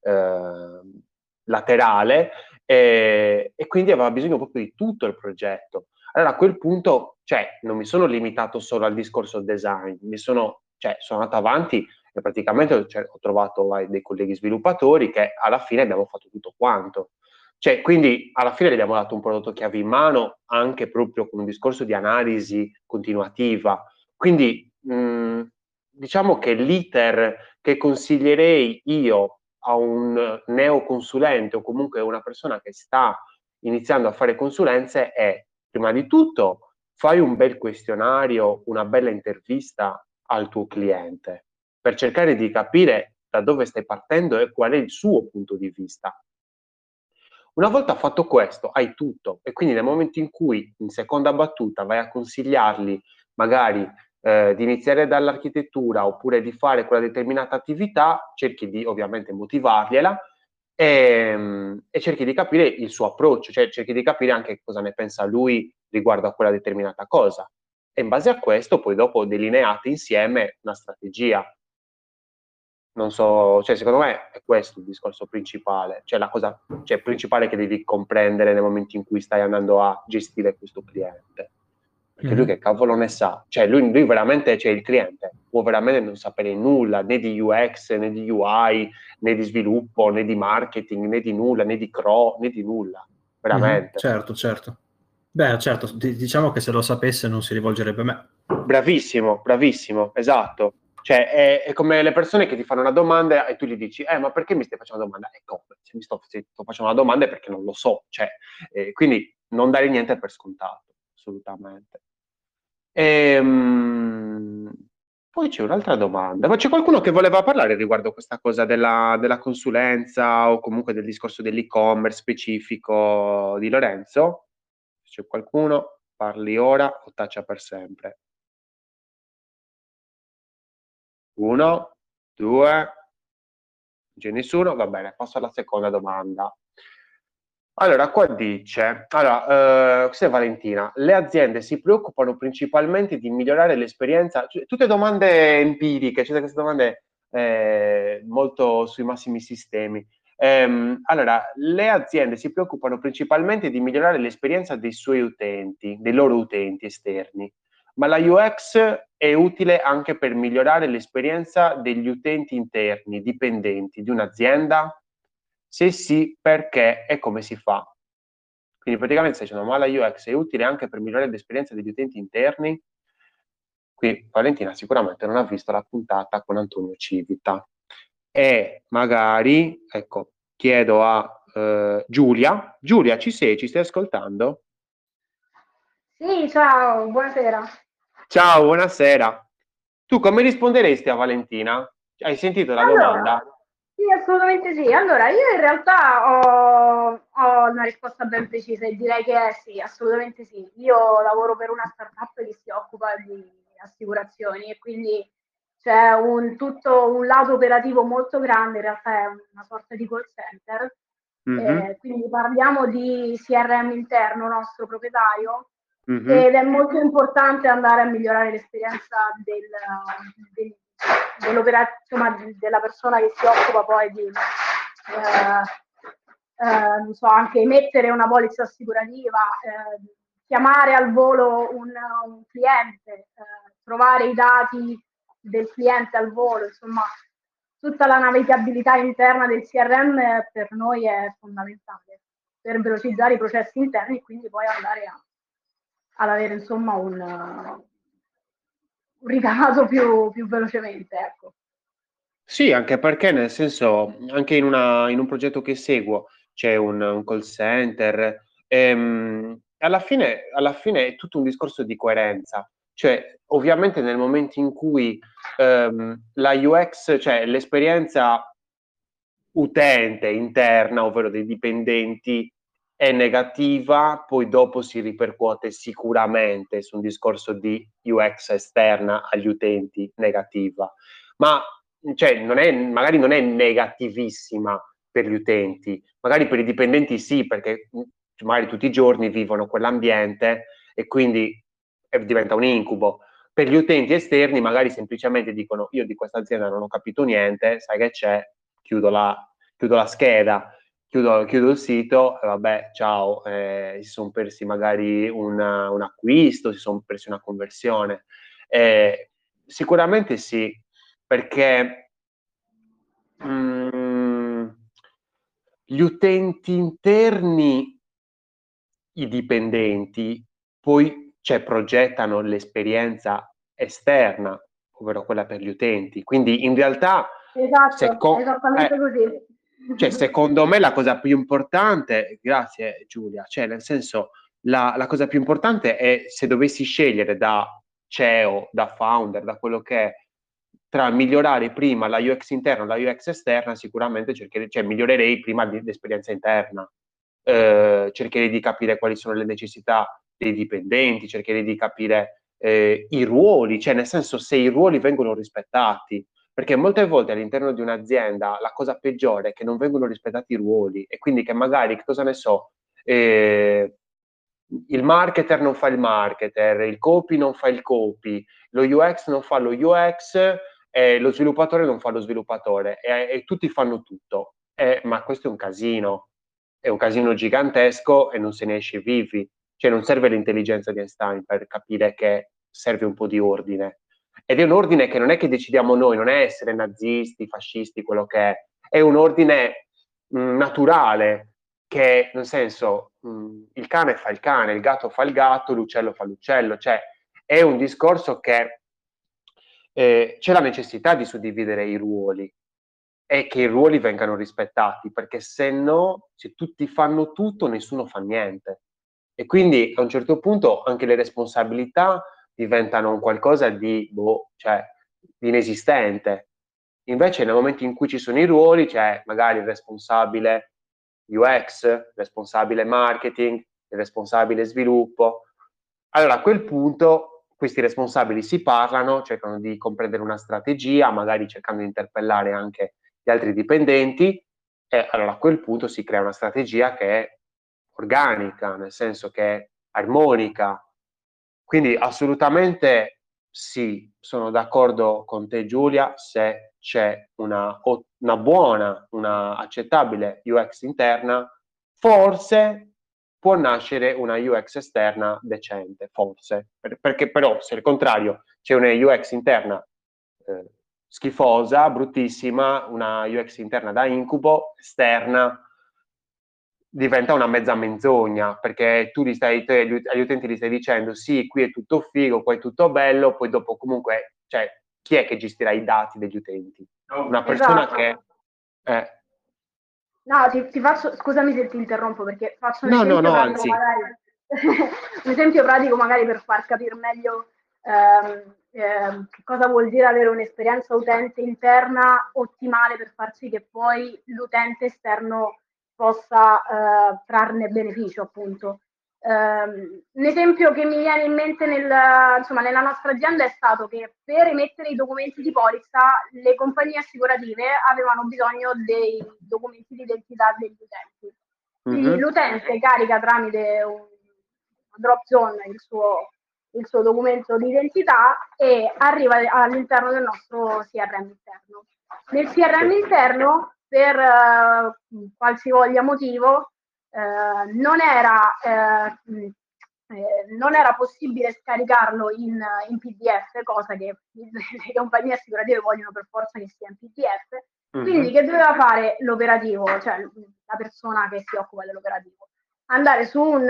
laterale, e quindi aveva bisogno proprio di tutto il progetto. Allora a quel punto, cioè, non mi sono limitato solo al discorso design, sono andato avanti e praticamente ho trovato dei colleghi sviluppatori che alla fine abbiamo fatto tutto quanto. Cioè, quindi alla fine gli abbiamo dato un prodotto chiave in mano anche proprio con un discorso di analisi continuativa. Quindi diciamo che l'iter che consiglierei io a un neoconsulente o comunque una persona che sta iniziando a fare consulenze è, prima di tutto, fai un bel questionario, una bella intervista al tuo cliente per cercare di capire da dove stai partendo e qual è il suo punto di vista. Una volta fatto questo, hai tutto e quindi nel momento in cui in seconda battuta vai a consigliargli magari di iniziare dall'architettura oppure di fare quella determinata attività, cerchi di ovviamente motivargliela e cerchi di capire il suo approccio, cioè cerchi di capire anche cosa ne pensa lui riguardo a quella determinata cosa. E in base a questo poi dopo delineate insieme una strategia. Non so, cioè secondo me è questo il discorso principale, cioè la cosa principale che devi comprendere nel momento in cui stai andando a gestire questo cliente. Perché lui che cavolo ne sa? Cioè lui veramente, cioè il cliente può veramente non sapere nulla né di UX, né di UI, né di sviluppo, né di marketing, né di nulla, né di CRO, né di nulla. Veramente. Certo. Beh, certo, diciamo che se lo sapesse non si rivolgerebbe a me. Bravissimo, esatto. Cioè, è come le persone che ti fanno una domanda e tu gli dici, ma perché mi stai facendo una domanda? Ecco, se sto facendo una domanda è perché non lo so. Cioè, quindi non dare niente per scontato, assolutamente. Poi c'è un'altra domanda. Ma c'è qualcuno che voleva parlare riguardo questa cosa della consulenza o comunque del discorso dell'e-commerce specifico di Lorenzo? Se c'è qualcuno, parli ora o taccia per sempre. 1, 2, non c'è nessuno, va bene, passo alla seconda domanda. Allora, qua dice, questa è Valentina, le aziende si preoccupano principalmente di migliorare l'esperienza, cioè, tutte domande empiriche, cioè queste domande molto sui massimi sistemi. Allora, le aziende si preoccupano principalmente di migliorare l'esperienza dei suoi utenti, dei loro utenti esterni, ma la UX è utile anche per migliorare l'esperienza degli utenti interni, dipendenti di un'azienda? Se sì, perché e come si fa? Quindi praticamente stai dicendo, ma la UX è utile anche per migliorare l'esperienza degli utenti interni? Qui Valentina sicuramente non ha visto la puntata con Antonio Civita. E magari, ecco, chiedo a Giulia. Giulia, ci sei? Ci stai ascoltando? Sì, ciao, buonasera. Ciao, buonasera. Tu come risponderesti a Valentina? Hai sentito la domanda? Allora, sì, assolutamente sì. Allora, io in realtà ho una risposta ben precisa e direi che è sì, assolutamente sì. Io lavoro per una startup che si occupa di assicurazioni e quindi c'è tutto un lato operativo molto grande, in realtà è una sorta di call center. Quindi parliamo di CRM interno nostro proprietario ed è molto importante andare a migliorare l'esperienza della persona che si occupa poi di non so, anche emettere una polizza assicurativa, chiamare al volo un cliente, trovare i dati del cliente al volo, insomma tutta la navigabilità interna del CRM per noi è fondamentale per velocizzare i processi interni e quindi poi andare ad avere insomma un ricavato più velocemente, ecco. Sì, anche perché nel senso, anche in un progetto che seguo c'è un call center, alla fine è tutto un discorso di coerenza. Cioè, ovviamente nel momento in cui la UX, cioè l'esperienza utente interna, ovvero dei dipendenti, è negativa, poi dopo si ripercuote sicuramente su un discorso di UX esterna agli utenti negativa. Ma cioè, magari non è negativissima per gli utenti, magari per i dipendenti sì, perché magari tutti i giorni vivono quell'ambiente e quindi diventa un incubo. Per gli utenti esterni magari semplicemente dicono io di questa azienda non ho capito niente, sai che c'è, chiudo la scheda, chiudo il sito e vabbè, ciao, si sono persi magari un acquisto, si sono persi una conversione. Sicuramente sì, perché gli utenti interni, i dipendenti, poi progettano l'esperienza esterna, ovvero quella per gli utenti. Quindi in realtà, Esatto, esattamente così. cioè, secondo me la cosa più importante, grazie Giulia, cioè nel senso la cosa più importante è se dovessi scegliere da CEO, da founder, da quello che è, tra migliorare prima la UX interna e la UX esterna, sicuramente migliorerei prima l'esperienza interna. Cercherei di capire quali sono le necessità dei dipendenti, cercherei di capire i ruoli, cioè nel senso se i ruoli vengono rispettati, perché molte volte all'interno di un'azienda la cosa peggiore è che non vengono rispettati i ruoli e quindi che magari, cosa ne so, il marketer non fa il marketer, il copy non fa il copy, lo UX non fa lo UX, lo sviluppatore non fa lo sviluppatore e tutti fanno tutto. Ma questo è un casino gigantesco e non se ne esce vivi. Cioè non serve l'intelligenza di Einstein per capire che serve un po' di ordine. Ed è un ordine che non è che decidiamo noi, non è essere nazisti, fascisti, quello che è un ordine naturale, che nel senso il cane fa il cane, il gatto fa il gatto, l'uccello fa l'uccello, cioè è un discorso che c'è la necessità di suddividere i ruoli e che i ruoli vengano rispettati, perché se no, se tutti fanno tutto, nessuno fa niente. E quindi a un certo punto anche le responsabilità diventano un qualcosa di inesistente. Invece nel momento in cui ci sono i ruoli, c'è magari il responsabile UX, il responsabile marketing, il responsabile sviluppo. Allora a quel punto questi responsabili si parlano, cercano di comprendere una strategia, magari cercando di interpellare anche gli altri dipendenti e allora a quel punto si crea una strategia che è organica, nel senso che è armonica. Quindi assolutamente sì, sono d'accordo con te Giulia, se c'è una buona, una accettabile UX interna, forse può nascere una UX esterna decente, forse, perché però se al contrario c'è una UX interna schifosa, bruttissima, una UX interna da incubo, esterna, diventa una mezza menzogna, perché te agli utenti gli stai dicendo sì, qui è tutto figo, qua è tutto bello, poi dopo comunque, cioè, chi è che gestirà i dati degli utenti? Una persona Esatto. che... No, ti faccio, scusami se ti interrompo perché faccio un No, esempio pratico anzi. magari, un esempio pratico magari per far capire meglio che cosa vuol dire avere un'esperienza utente interna ottimale per far sì che poi l'utente esterno possa trarne beneficio, appunto. Un esempio che mi viene in mente nella nostra azienda è stato che per emettere i documenti di polizza le compagnie assicurative avevano bisogno dei documenti di identità degli utenti. Quindi l'utente carica tramite una drop zone il suo documento di identità e arriva all'interno del nostro CRM interno. Nel CRM interno, per qualsivoglia motivo, non era possibile scaricarlo in PDF, cosa che le compagnie assicurative vogliono per forza che sia in PDF. Quindi che doveva fare l'operativo, cioè la persona che si occupa dell'operativo? Andare su un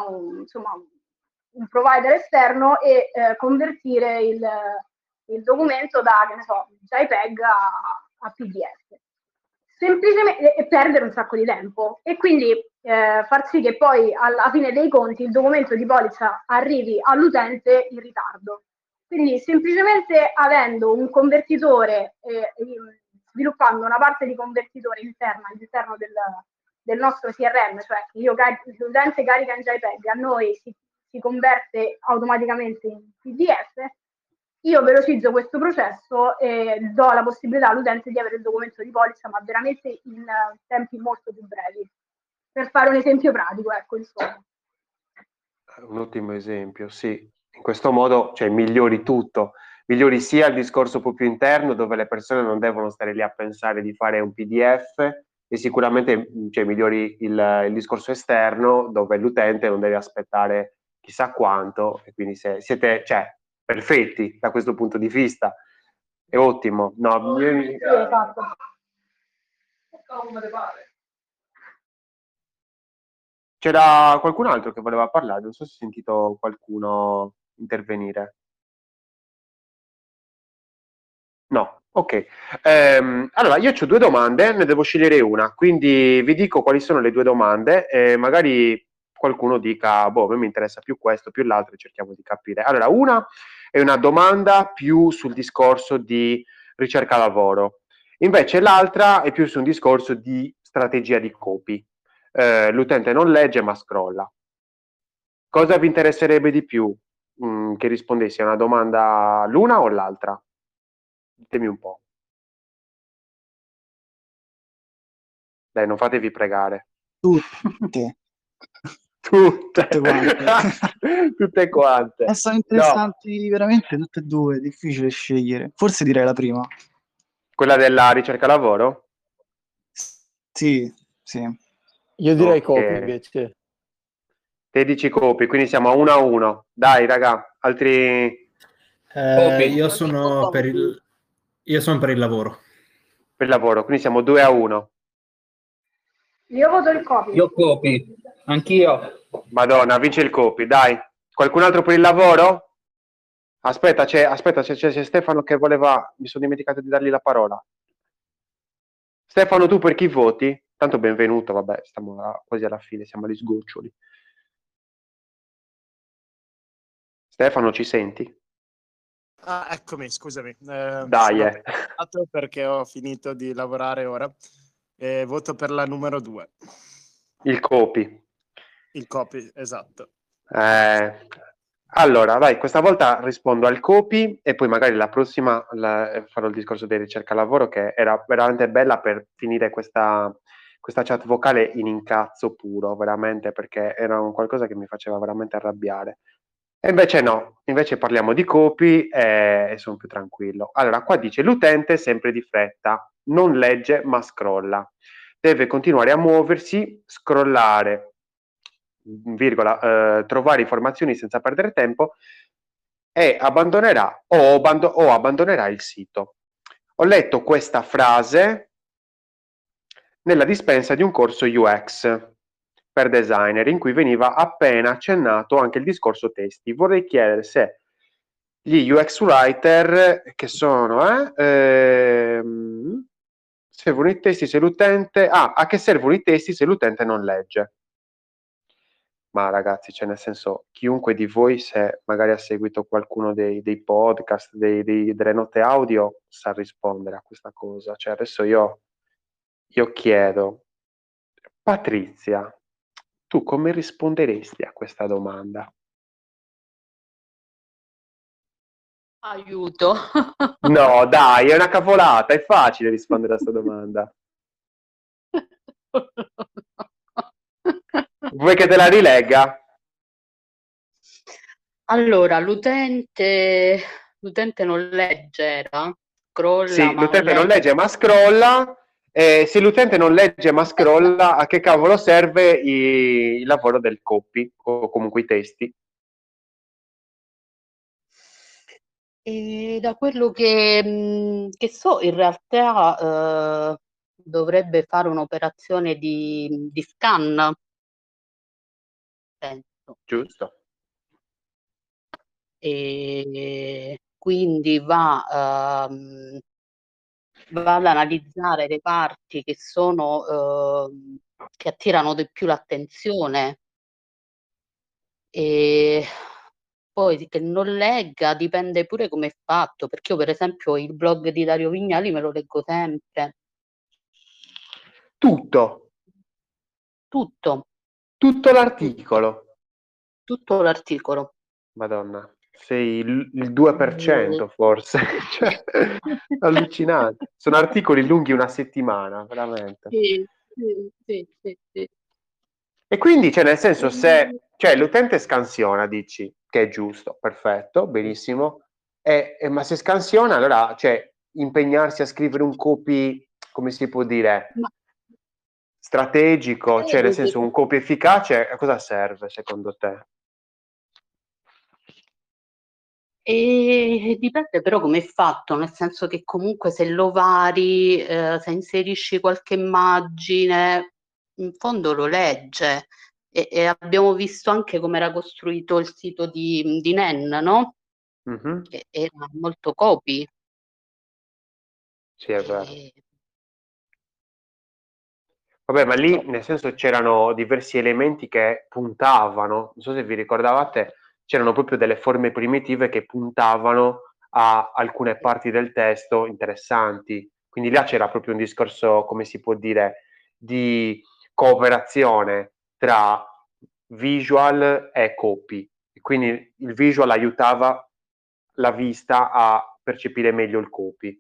provider esterno e convertire il documento da, che ne so, JPEG a PDF. Semplicemente, e perdere un sacco di tempo e quindi far sì che poi alla fine dei conti il documento di polizza arrivi all'utente in ritardo. Quindi semplicemente avendo un convertitore, sviluppando una parte di convertitore interna all'interno del nostro CRM, cioè che l'utente carica in JPEG, a noi si converte automaticamente in PDF, io velocizzo questo processo e do la possibilità all'utente di avere il documento di polizza, ma veramente in tempi molto più brevi. Per fare un esempio pratico, ecco, insomma. Un ottimo esempio, sì. In questo modo, cioè, migliori tutto. Migliori sia il discorso proprio interno, dove le persone non devono stare lì a pensare di fare un PDF, e sicuramente migliori il discorso esterno, dove l'utente non deve aspettare chissà quanto, e quindi siete perfetti da questo punto di vista. È ottimo. No, sì, esatto. C'era qualcun altro che voleva parlare, non so se ho sentito qualcuno intervenire. No, ok. Allora, io ho 2 domande, ne devo scegliere una, quindi vi dico quali sono le 2 domande e magari qualcuno dica, boh, a me mi interessa più questo, più l'altro, e cerchiamo di capire. Allora, una è una domanda più sul discorso di ricerca lavoro, invece l'altra è più su un discorso di strategia di copy. L'utente non legge ma scrolla. Cosa vi interesserebbe di più che rispondessi a una domanda l'una o l'altra? Ditemi un po'. Dai, non fatevi pregare. Tutte. Tutte. Tutte quante. Tutte quante. E sono interessanti veramente tutte e due, è difficile scegliere. Forse direi la prima. Quella della ricerca lavoro? Sì, sì. Io direi Ok. copy invece. Te dici copy, quindi siamo a 1-1. Dai, raga, altri Io sono per il lavoro. per il lavoro, quindi siamo 2-1. Io voto il copy. Io copy, anch'io. Madonna, vince il copy, dai. Qualcun altro per il lavoro? Aspetta, c'è Stefano che voleva... Mi sono dimenticato di dargli la parola. Stefano, tu per chi voti? Tanto benvenuto, vabbè, stiamo quasi alla fine, siamo agli sgoccioli. Stefano, ci senti? Ah, eccomi, scusami. Dai, sono appena perché ho finito di lavorare ora. Voto per la numero 2. Il copy. Il copy, esatto. Allora, dai, questa volta rispondo al copy e poi magari la prossima farò il discorso di ricerca lavoro, che era veramente bella per finire questa chat vocale in incazzo puro, veramente, perché era un qualcosa che mi faceva veramente arrabbiare. E invece no, invece parliamo di copy e sono più tranquillo. Allora, qua dice l'utente è sempre di fretta, non legge ma scrolla. Deve continuare a muoversi, scrollare, virgola, trovare informazioni senza perdere tempo e abbandonerà o abbandonerà il sito. Ho letto questa frase nella dispensa di un corso UX per designer in cui veniva appena accennato anche il discorso testi. Vorrei chiedere se gli UX writer che sono, servono i testi se l'utente... a che servono i testi se l'utente non legge? Ma ragazzi, cioè nel senso, chiunque di voi, se magari ha seguito qualcuno dei podcast, delle note audio, sa rispondere a questa cosa. Cioè adesso io chiedo, Patrizia, tu come risponderesti a questa domanda? Aiuto. No, dai, è una cavolata, è facile rispondere a questa domanda. Vuoi che te la rilegga? Allora, l'utente non legge, era? Scrolla, Sì, ma non l'utente non legge. legge ma scrolla. Se l'utente non legge ma scrolla, a che cavolo serve il lavoro del copy o comunque i testi? E da quello che so, in realtà dovrebbe fare un'operazione di scan, penso. Giusto. E quindi va ad analizzare le parti che sono che attirano di più l'attenzione, e poi che non legga dipende pure come è fatto, perché io per esempio il blog di Dario Vignali me lo leggo sempre, Tutto tutto l'articolo. tutto l'articolo. Madonna, sei il 2% forse. Cioè, allucinante. Sono articoli lunghi una settimana, veramente. Sì, sì. E quindi, cioè, nel senso, se cioè, l'utente scansiona, dici che è giusto, perfetto, benissimo, ma se scansiona, allora, cioè, impegnarsi a scrivere un copy, come si può dire, Ma strategico, cioè, nel credo che senso, un copy efficace, a cosa serve, secondo te? E dipende però come è fatto, nel senso che comunque se lo vari, se inserisci qualche immagine, in fondo lo legge. E abbiamo visto anche come era costruito il sito di Nen, no? Mhm. Che era molto copy. Sì, è vero. E Vabbè, ma lì purtroppo nel senso c'erano diversi elementi che puntavano, non so se vi ricordavate, c'erano proprio delle forme primitive che puntavano a alcune parti del testo interessanti. Quindi là c'era proprio un discorso, come si può dire, di cooperazione tra visual e copy. E quindi il visual aiutava la vista a percepire meglio il copy.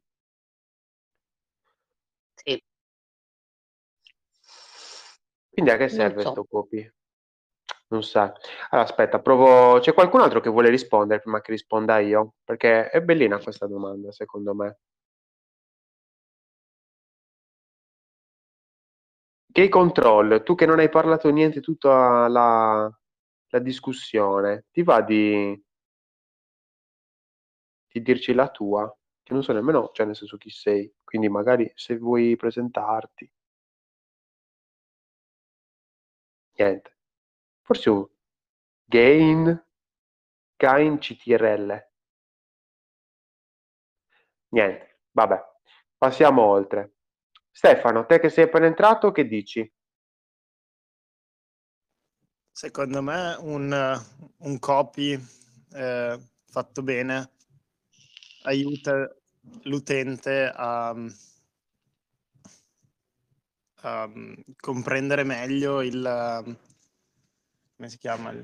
sì, Quindi a che non serve so. sto copy? Non sa. Allora, aspetta, provo. C'è qualcun altro che vuole rispondere prima che risponda io? Perché è bellina questa domanda, secondo me. Gay Control, tu che non hai parlato niente tutta la discussione, ti va di dirci la tua? Che non so nemmeno, cioè nel senso chi sei, quindi magari se vuoi presentarti. Niente. Forse un Gain CTRL. Niente, vabbè. Passiamo oltre. Stefano, te che sei appena entrato, che dici? Secondo me un copy fatto bene aiuta l'utente a comprendere meglio come si chiama,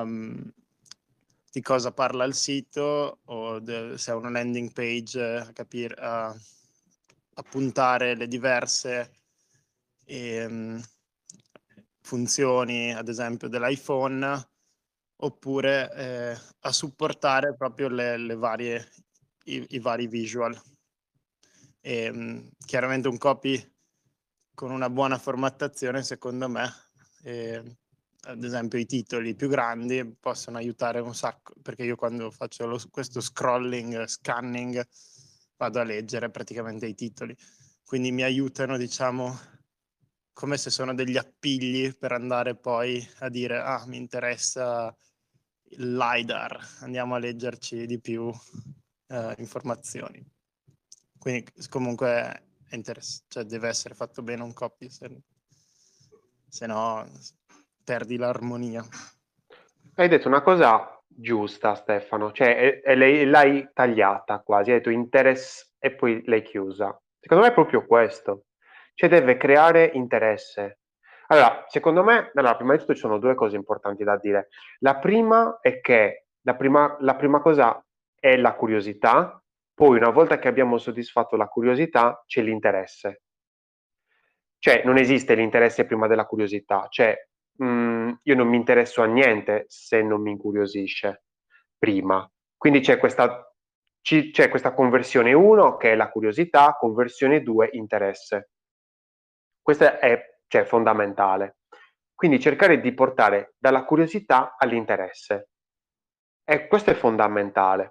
di cosa parla il sito o se è una landing page, a capire, a puntare le diverse funzioni, ad esempio dell'iPhone, oppure a supportare proprio i vari visual. Chiaramente un copy con una buona formattazione, secondo me, ad esempio i titoli più grandi possono aiutare un sacco, perché io quando faccio questo scrolling, scanning, vado a leggere praticamente i titoli, quindi mi aiutano, diciamo, come se sono degli appigli per andare poi a dire mi interessa il LiDAR, andiamo a leggerci di più informazioni. Quindi comunque è interessante, cioè deve essere fatto bene un copy, se no perdi l'armonia. Hai detto una cosa giusta, Stefano, cioè l'hai tagliata quasi, hai detto interesse e poi l'hai chiusa. Secondo me è proprio questo, cioè deve creare interesse. Allora, secondo me, prima di tutto ci sono due cose importanti da dire. La prima è che la prima cosa è la curiosità, poi una volta che abbiamo soddisfatto la curiosità c'è l'interesse. Cioè non esiste l'interesse prima della curiosità, cioè io non mi interesso a niente se non mi incuriosisce prima. Quindi c'è questa conversione 1 che è la curiosità, conversione 2 interesse. Questo è fondamentale. Quindi cercare di portare dalla curiosità all'interesse. E questo è fondamentale.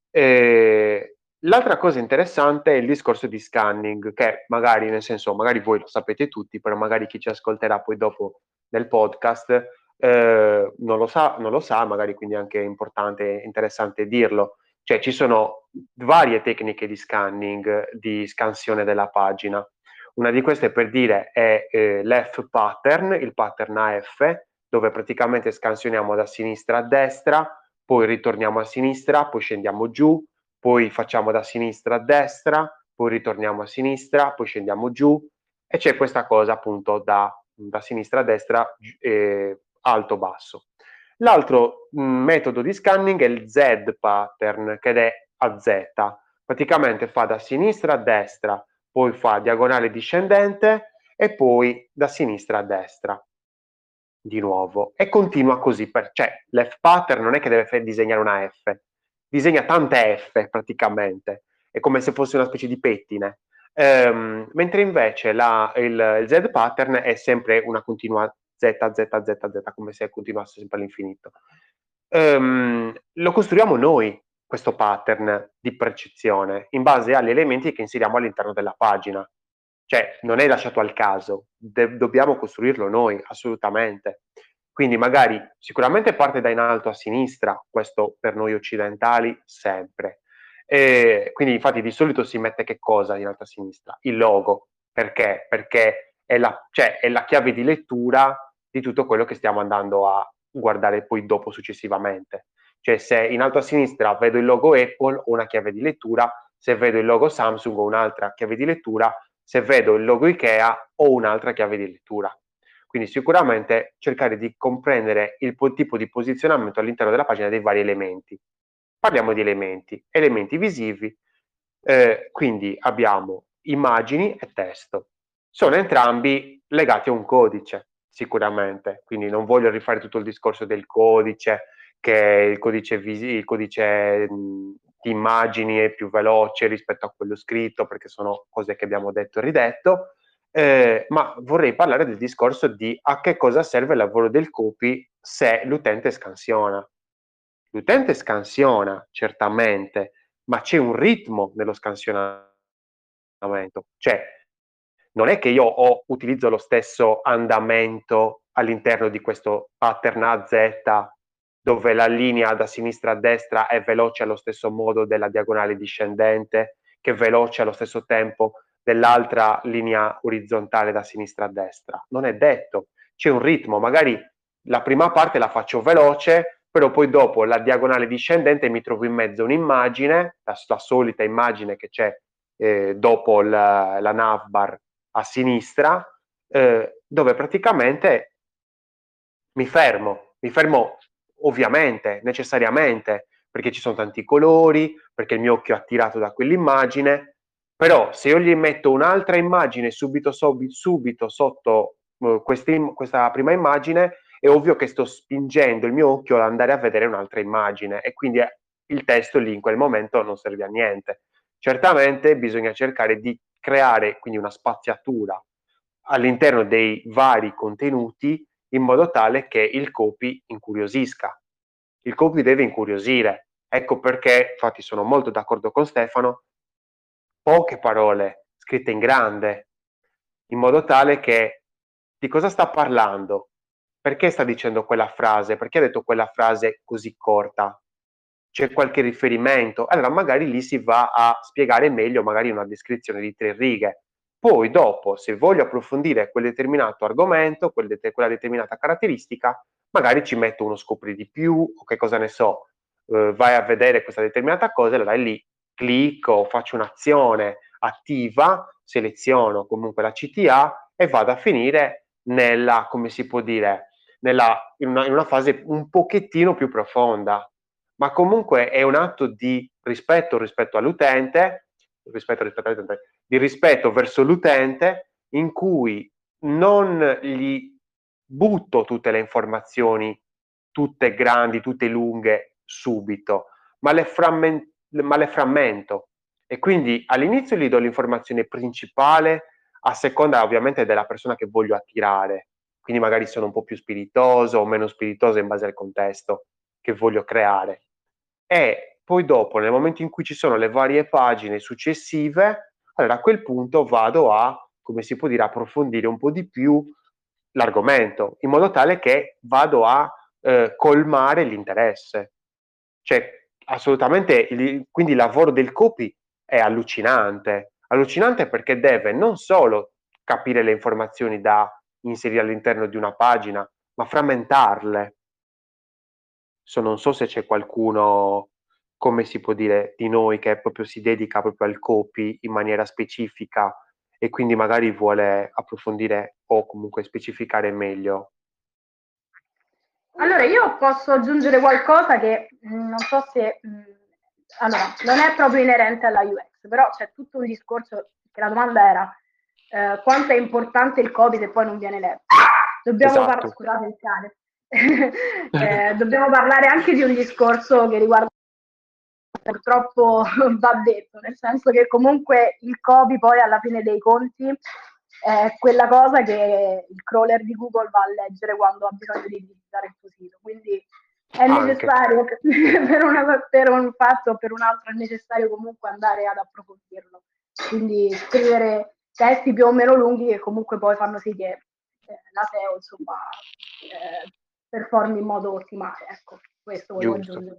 L'altra cosa interessante è il discorso di scanning, che magari, nel senso, magari voi lo sapete tutti, però magari chi ci ascolterà poi dopo nel podcast non lo sa, magari quindi è anche importante e interessante dirlo. Cioè ci sono varie tecniche di scanning, di scansione della pagina. Una di queste, per dire, è l'F pattern, il pattern AF, dove praticamente scansioniamo da sinistra a destra, poi ritorniamo a sinistra, poi scendiamo giù, poi facciamo da sinistra a destra, poi ritorniamo a sinistra, poi scendiamo giù, e c'è questa cosa appunto da sinistra a destra, alto basso. L'altro metodo di scanning è il Z pattern, che è a Z, praticamente fa da sinistra a destra, poi fa diagonale discendente e poi da sinistra a destra di nuovo, e continua così, cioè l'F pattern non è che deve disegnare una F, disegna tante F praticamente, è come se fosse una specie di pettine, mentre invece il Z pattern è sempre una continua Z, Z, Z, Z, come se continuasse sempre all'infinito. Lo costruiamo noi questo pattern di percezione in base agli elementi che inseriamo all'interno della pagina. Cioè non è lasciato al caso, dobbiamo costruirlo noi, assolutamente. Quindi magari sicuramente parte da in alto a sinistra, questo per noi occidentali sempre. Quindi infatti di solito si mette che cosa in alto a sinistra? Il logo. Perché? Perché è la chiave di lettura di tutto quello che stiamo andando a guardare poi dopo successivamente. Cioè se in alto a sinistra vedo il logo Apple ho una chiave di lettura, se vedo il logo Samsung ho un'altra chiave di lettura, se vedo il logo Ikea ho un'altra chiave di lettura. Quindi sicuramente cercare di comprendere il tipo di posizionamento all'interno della pagina dei vari elementi. Parliamo di elementi visivi, quindi abbiamo immagini e testo. Sono entrambi legati a un codice, sicuramente, quindi non voglio rifare tutto il discorso del codice, che il codice di immagini è più veloce rispetto a quello scritto, perché sono cose che abbiamo detto e ridetto, ma vorrei parlare del discorso di a che cosa serve il lavoro del copy se l'utente scansiona. L'utente scansiona, certamente, ma c'è un ritmo nello scansionamento. Cioè, non è che io utilizzo lo stesso andamento all'interno di questo pattern AZ, dove la linea da sinistra a destra è veloce allo stesso modo della diagonale discendente, che è veloce allo stesso tempo dell'altra linea orizzontale da sinistra a destra. Non è detto, c'è un ritmo, magari la prima parte la faccio veloce, però poi dopo la diagonale discendente mi trovo in mezzo un'immagine, la solita immagine che c'è dopo la navbar a sinistra, dove praticamente mi fermo ovviamente, necessariamente, perché ci sono tanti colori, perché il mio occhio è attirato da quell'immagine, però se io gli metto un'altra immagine subito sotto questa prima immagine, è ovvio che sto spingendo il mio occhio ad andare a vedere un'altra immagine e quindi il testo lì in quel momento non serve a niente. Certamente bisogna cercare di creare quindi una spaziatura all'interno dei vari contenuti in modo tale che il copy incuriosisca. Il copy deve incuriosire. Ecco perché, infatti sono molto d'accordo con Stefano, poche parole scritte in grande, in modo tale che di cosa sta parlando? Perché sta dicendo quella frase? Perché ha detto quella frase così corta? C'è qualche riferimento? Allora magari lì si va a spiegare meglio magari una descrizione di 3 righe. Poi dopo, se voglio approfondire quel determinato argomento, quella determinata caratteristica, magari ci metto uno scopri di più o che cosa ne so, vai a vedere questa determinata cosa, allora lì clicco, faccio un'azione attiva, seleziono comunque la CTA e vado a finire nella, come si può dire, in una fase un pochettino più profonda, ma comunque è un atto di rispetto all'utente, di rispetto verso l'utente, in cui non gli butto tutte le informazioni, tutte grandi, tutte lunghe, subito, ma le frammento. E quindi all'inizio gli do l'informazione principale, a seconda ovviamente della persona che voglio attirare. Quindi magari sono un po' più spiritoso o meno spiritoso in base al contesto che voglio creare. E poi dopo, nel momento in cui ci sono le varie pagine successive, allora a quel punto vado a, come si può dire, approfondire un po' di più l'argomento, in modo tale che vado a colmare l'interesse. Cioè, assolutamente, quindi il lavoro del copy è allucinante perché deve non solo capire le informazioni da inserire all'interno di una pagina, ma frammentarle. Non so se c'è qualcuno, come si può dire, di noi che proprio si dedica proprio al copy in maniera specifica e quindi magari vuole approfondire o comunque specificare meglio. Allora, io posso aggiungere qualcosa che non so se... allora, non è proprio inerente alla UX, però c'è tutto un discorso, che la domanda era quanto è importante il copy se poi non viene letto. Dobbiamo parlare, scusate il cane, dobbiamo parlare anche di un discorso che riguarda, purtroppo va detto, nel senso che comunque il copy poi alla fine dei conti è quella cosa che il crawler di Google va a leggere quando ha bisogno di visitare il tuo sito, quindi è necessario per un fatto o per un altro, è necessario comunque andare ad approfondirlo, quindi scrivere testi più o meno lunghi che comunque poi fanno sì che la SEO insomma performi in modo ottimale, ecco, questo volevo aggiungere.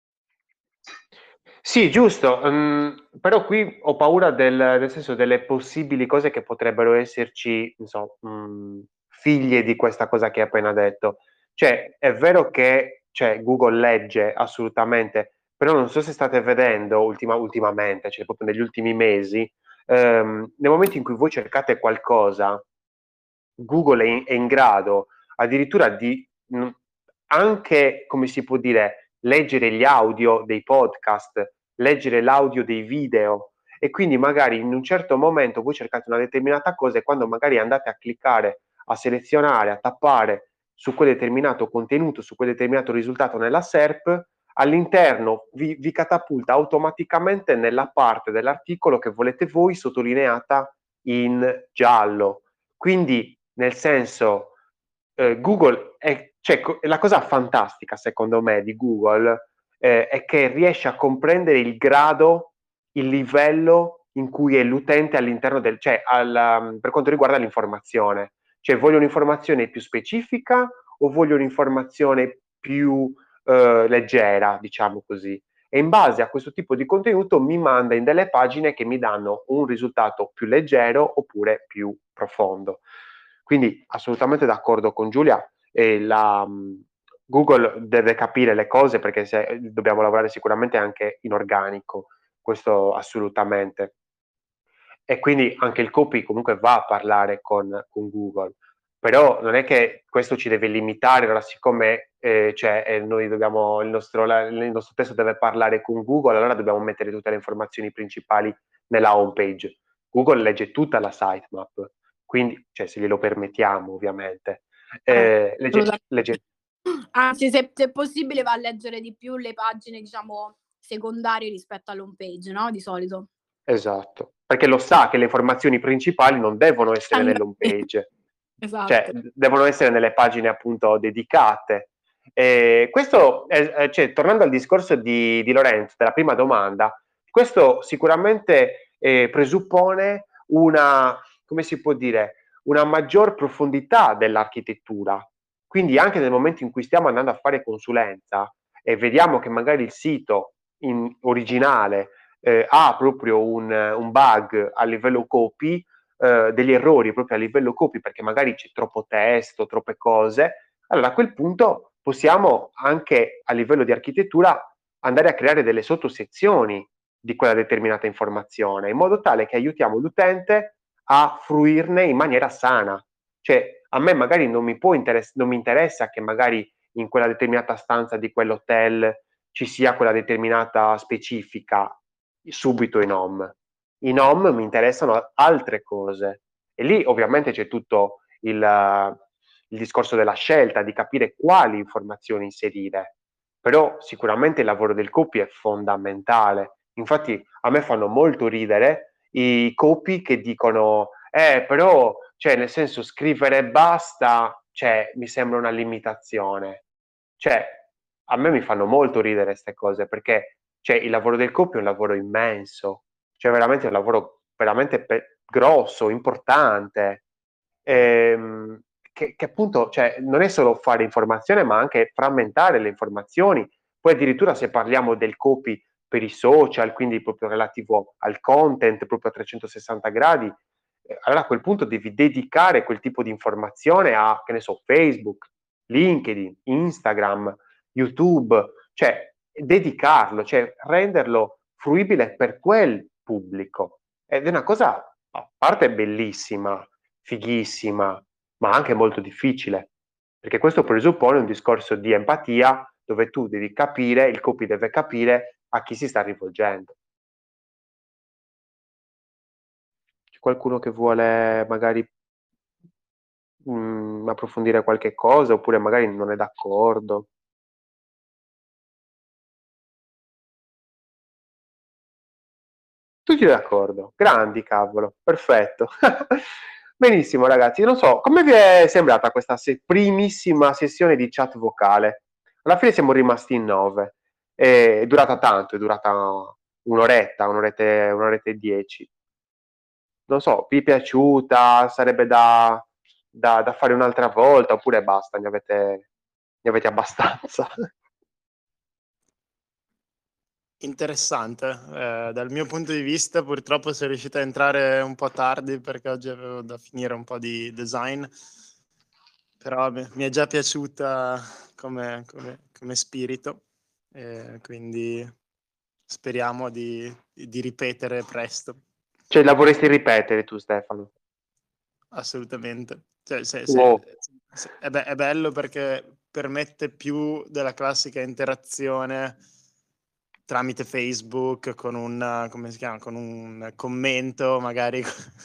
Sì, giusto, però qui ho paura nel senso delle possibili cose che potrebbero esserci, non so, figlie di questa cosa che hai appena detto. Cioè, è vero che Google legge assolutamente, però non so se state vedendo ultimamente, cioè proprio negli ultimi mesi, nel momento in cui voi cercate qualcosa, Google è in grado addirittura di anche, come si può dire, leggere gli audio dei podcast, leggere l'audio dei video e quindi magari in un certo momento voi cercate una determinata cosa e quando magari andate a cliccare, a selezionare, a tappare su quel determinato contenuto, su quel determinato risultato nella SERP, all'interno vi catapulta automaticamente nella parte dell'articolo che volete voi sottolineata in giallo. Quindi, nel senso, Google la cosa fantastica, secondo me, di Google è che riesce a comprendere il grado, il livello in cui è l'utente all'interno per quanto riguarda l'informazione. Cioè, voglio un'informazione più specifica o voglio un'informazione più leggera, diciamo così. E in base a questo tipo di contenuto mi manda in delle pagine che mi danno un risultato più leggero oppure più profondo. Quindi assolutamente d'accordo con Giulia, Google deve capire le cose perché dobbiamo lavorare sicuramente anche in organico, questo assolutamente. E quindi anche il copy comunque va a parlare con Google, però non è che questo ci deve limitare, allora siccome noi dobbiamo, il nostro testo deve parlare con Google, allora dobbiamo mettere tutte le informazioni principali nella home page. Google legge tutta la sitemap, quindi se glielo permettiamo ovviamente. legge. Anzi, se è possibile va a leggere di più le pagine, diciamo, secondarie rispetto all'home page, no? Di solito. Esatto, perché lo sa che le informazioni principali non devono essere nell'home page, Esatto. cioè devono essere nelle pagine appunto dedicate. Questo, cioè, tornando al discorso di Lorenzo, della prima domanda, questo sicuramente presuppone una, come si può dire, una maggior profondità dell'architettura. Quindi anche nel momento in cui stiamo andando a fare consulenza e vediamo che magari il sito originale ha proprio un bug a livello copy, degli errori proprio a livello copy, perché magari c'è troppo testo, troppe cose, allora a quel punto possiamo anche a livello di architettura andare a creare delle sottosezioni di quella determinata informazione, in modo tale che aiutiamo l'utente a fruirne in maniera sana. Cioè, a me magari non mi interessa che magari in quella determinata stanza di quell'hotel ci sia quella determinata specifica subito in home. In home mi interessano altre cose e lì ovviamente c'è tutto il discorso della scelta, di capire quali informazioni inserire, però sicuramente il lavoro del copy è fondamentale. Infatti a me fanno molto ridere i copy che dicono però, cioè, nel senso, scrivere e basta, cioè, mi sembra una limitazione. Cioè, a me mi fanno molto ridere queste cose, perché cioè, il lavoro del copy è un lavoro immenso, cioè veramente un lavoro veramente grosso, importante, che appunto, cioè, non è solo fare informazione, ma anche frammentare le informazioni. Poi addirittura se parliamo del copy per i social, quindi proprio relativo al content, proprio a 360 gradi, allora a quel punto devi dedicare quel tipo di informazione a, che ne so, Facebook, LinkedIn, Instagram, YouTube, cioè dedicarlo, cioè renderlo fruibile per quel pubblico. Ed è una cosa a parte bellissima, fighissima, ma anche molto difficile, perché questo presuppone un discorso di empatia dove tu devi capire, il copy deve capire a chi si sta rivolgendo. C'è qualcuno che vuole magari approfondire qualche cosa oppure magari non è d'accordo? Tutti d'accordo, grandi cavolo, perfetto. Benissimo ragazzi, non so, come vi è sembrata questa primissima sessione di chat vocale? Alla fine siamo rimasti in 9, è durata tanto, è durata un'oretta e 10. Non so, vi è piaciuta? Sarebbe da fare un'altra volta oppure basta, ne avete abbastanza? Interessante, dal mio punto di vista purtroppo sono riuscito a entrare un po' tardi perché oggi avevo da finire un po' di design, però mi è già piaciuta come spirito, quindi speriamo di ripetere presto. Cioè, la vorresti ripetere tu, Stefano? Assolutamente. Cioè, Wow. è bello perché permette più della classica interazione tramite Facebook con un, come si chiama, con un commento magari.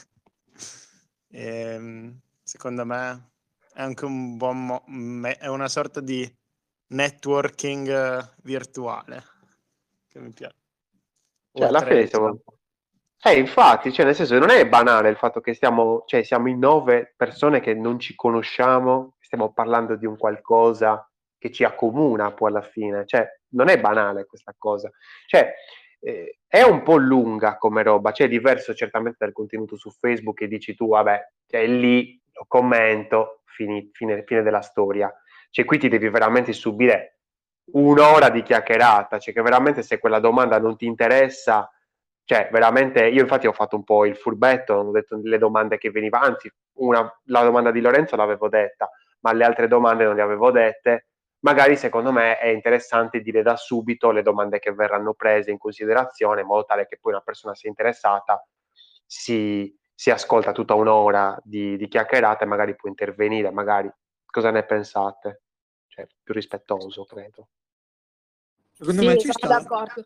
Secondo me è anche un buon è una sorta di networking virtuale che mi piace. Cioè, alla fine siamo... infatti, cioè, nel senso, non è banale il fatto che siamo in 9 persone che non ci conosciamo, stiamo parlando di un qualcosa che ci accomuna poi alla fine, cioè, non è banale questa cosa. Cioè, è un po' lunga come roba, cioè è diverso certamente dal contenuto su Facebook che dici tu, vabbè, cioè, lì lo commento, fine della storia. Cioè, qui ti devi veramente subire un'ora di chiacchierata, cioè che veramente se quella domanda non ti interessa, cioè veramente io infatti ho fatto un po' il furbetto, non ho detto le domande che venivano, anzi la domanda di Lorenzo l'avevo detta, ma le altre domande non le avevo dette. Magari secondo me è interessante dire da subito le domande che verranno prese in considerazione in modo tale che poi una persona sia interessata si ascolta tutta un'ora di chiacchierata e magari può intervenire, magari cosa ne pensate? Cioè più rispettoso credo. Secondo me ci sono sta. d'accordo.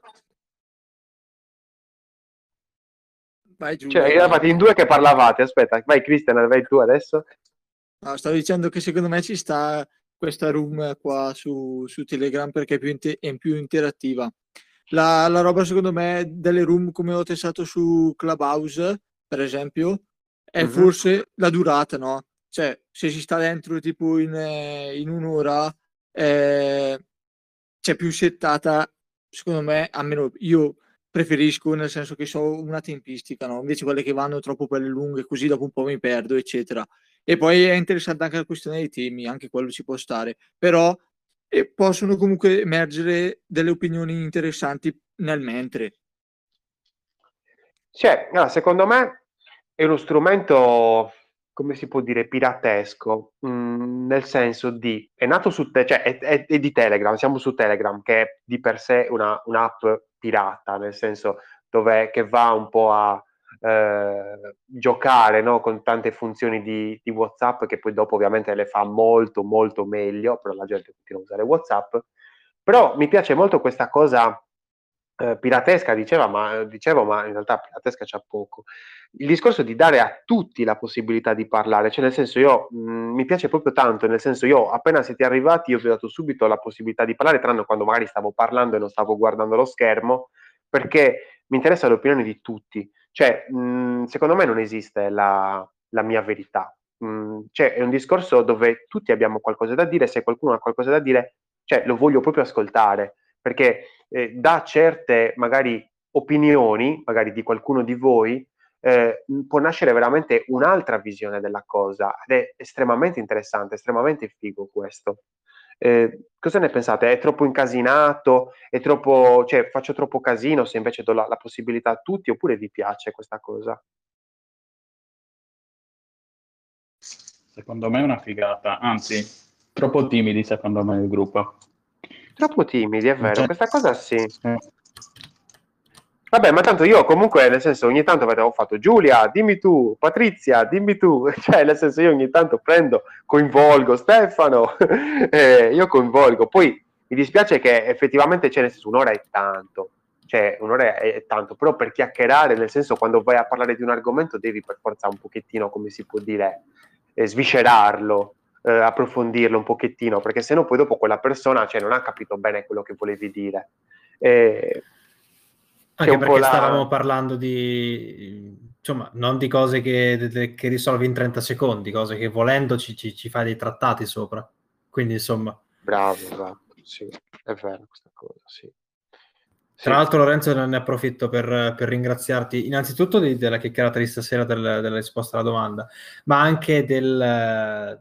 Vai Giulia. Cioè, eravate in due che parlavate, aspetta, vai Cristian, vai tu adesso. No, stavo dicendo che secondo me ci sta questa room qua su Telegram perché è più interattiva. La roba secondo me delle room come ho testato su Clubhouse, per esempio, è forse la durata, no? Cioè, se si sta dentro tipo in un'ora, c'è più settata, secondo me, almeno io preferisco, nel senso che so una tempistica, no? Invece quelle che vanno troppo per le lunghe, così dopo un po' mi perdo, eccetera. E poi è interessante anche la questione dei temi, anche quello ci può stare, però possono comunque emergere delle opinioni interessanti nel mentre. Cioè, allora, secondo me è uno strumento, come si può dire, piratesco, nel senso di, è nato cioè è di Telegram, siamo su Telegram, che è di per sé un'app pirata, nel senso che va un po' a giocare, no, con tante funzioni di WhatsApp, che poi dopo ovviamente le fa molto molto meglio, però la gente continua a usare WhatsApp. Però mi piace molto questa cosa piratesca, dicevo, ma in realtà piratesca c'ha poco. Il discorso di dare a tutti la possibilità di parlare, cioè nel senso mi piace proprio tanto, nel senso appena siete arrivati io vi ho dato subito la possibilità di parlare, tranne quando magari stavo parlando e non stavo guardando lo schermo, perché mi interessa l'opinione di tutti. Cioè, secondo me non esiste la mia verità. Cioè, è un discorso dove tutti abbiamo qualcosa da dire, se qualcuno ha qualcosa da dire, cioè, lo voglio proprio ascoltare, perché da certe magari opinioni, magari di qualcuno di voi, può nascere veramente un'altra visione della cosa ed è estremamente interessante, estremamente figo questo. Cosa ne pensate? È troppo incasinato? È troppo, cioè, faccio troppo casino se invece do la possibilità a tutti, oppure vi piace questa cosa? Secondo me è una figata, anzi, troppo timidi secondo me il gruppo. Troppo timidi, è vero, Cioè, questa cosa sì. Vabbè, ma tanto io comunque, nel senso, ogni tanto avevo fatto Giulia, dimmi tu, Patrizia, dimmi tu, cioè nel senso io ogni tanto coinvolgo Stefano, io coinvolgo, poi mi dispiace che effettivamente, cioè nel senso, un'ora è tanto, cioè un'ora è tanto, però per chiacchierare, nel senso, quando vai a parlare di un argomento devi per forza un pochettino, come si può dire, sviscerarlo, approfondirlo un pochettino, perché sennò poi dopo quella persona, cioè, non ha capito bene quello che volevi dire. Anche perché stavamo parlando di, insomma, non di cose che risolvi in 30 secondi, cose che volendo ci fai dei trattati sopra. Quindi, insomma. Bravo, sì, è vero questa cosa, sì. Tra l'altro, Lorenzo, ne approfitto per ringraziarti innanzitutto della chiacchierata di stasera, della risposta alla domanda, ma anche della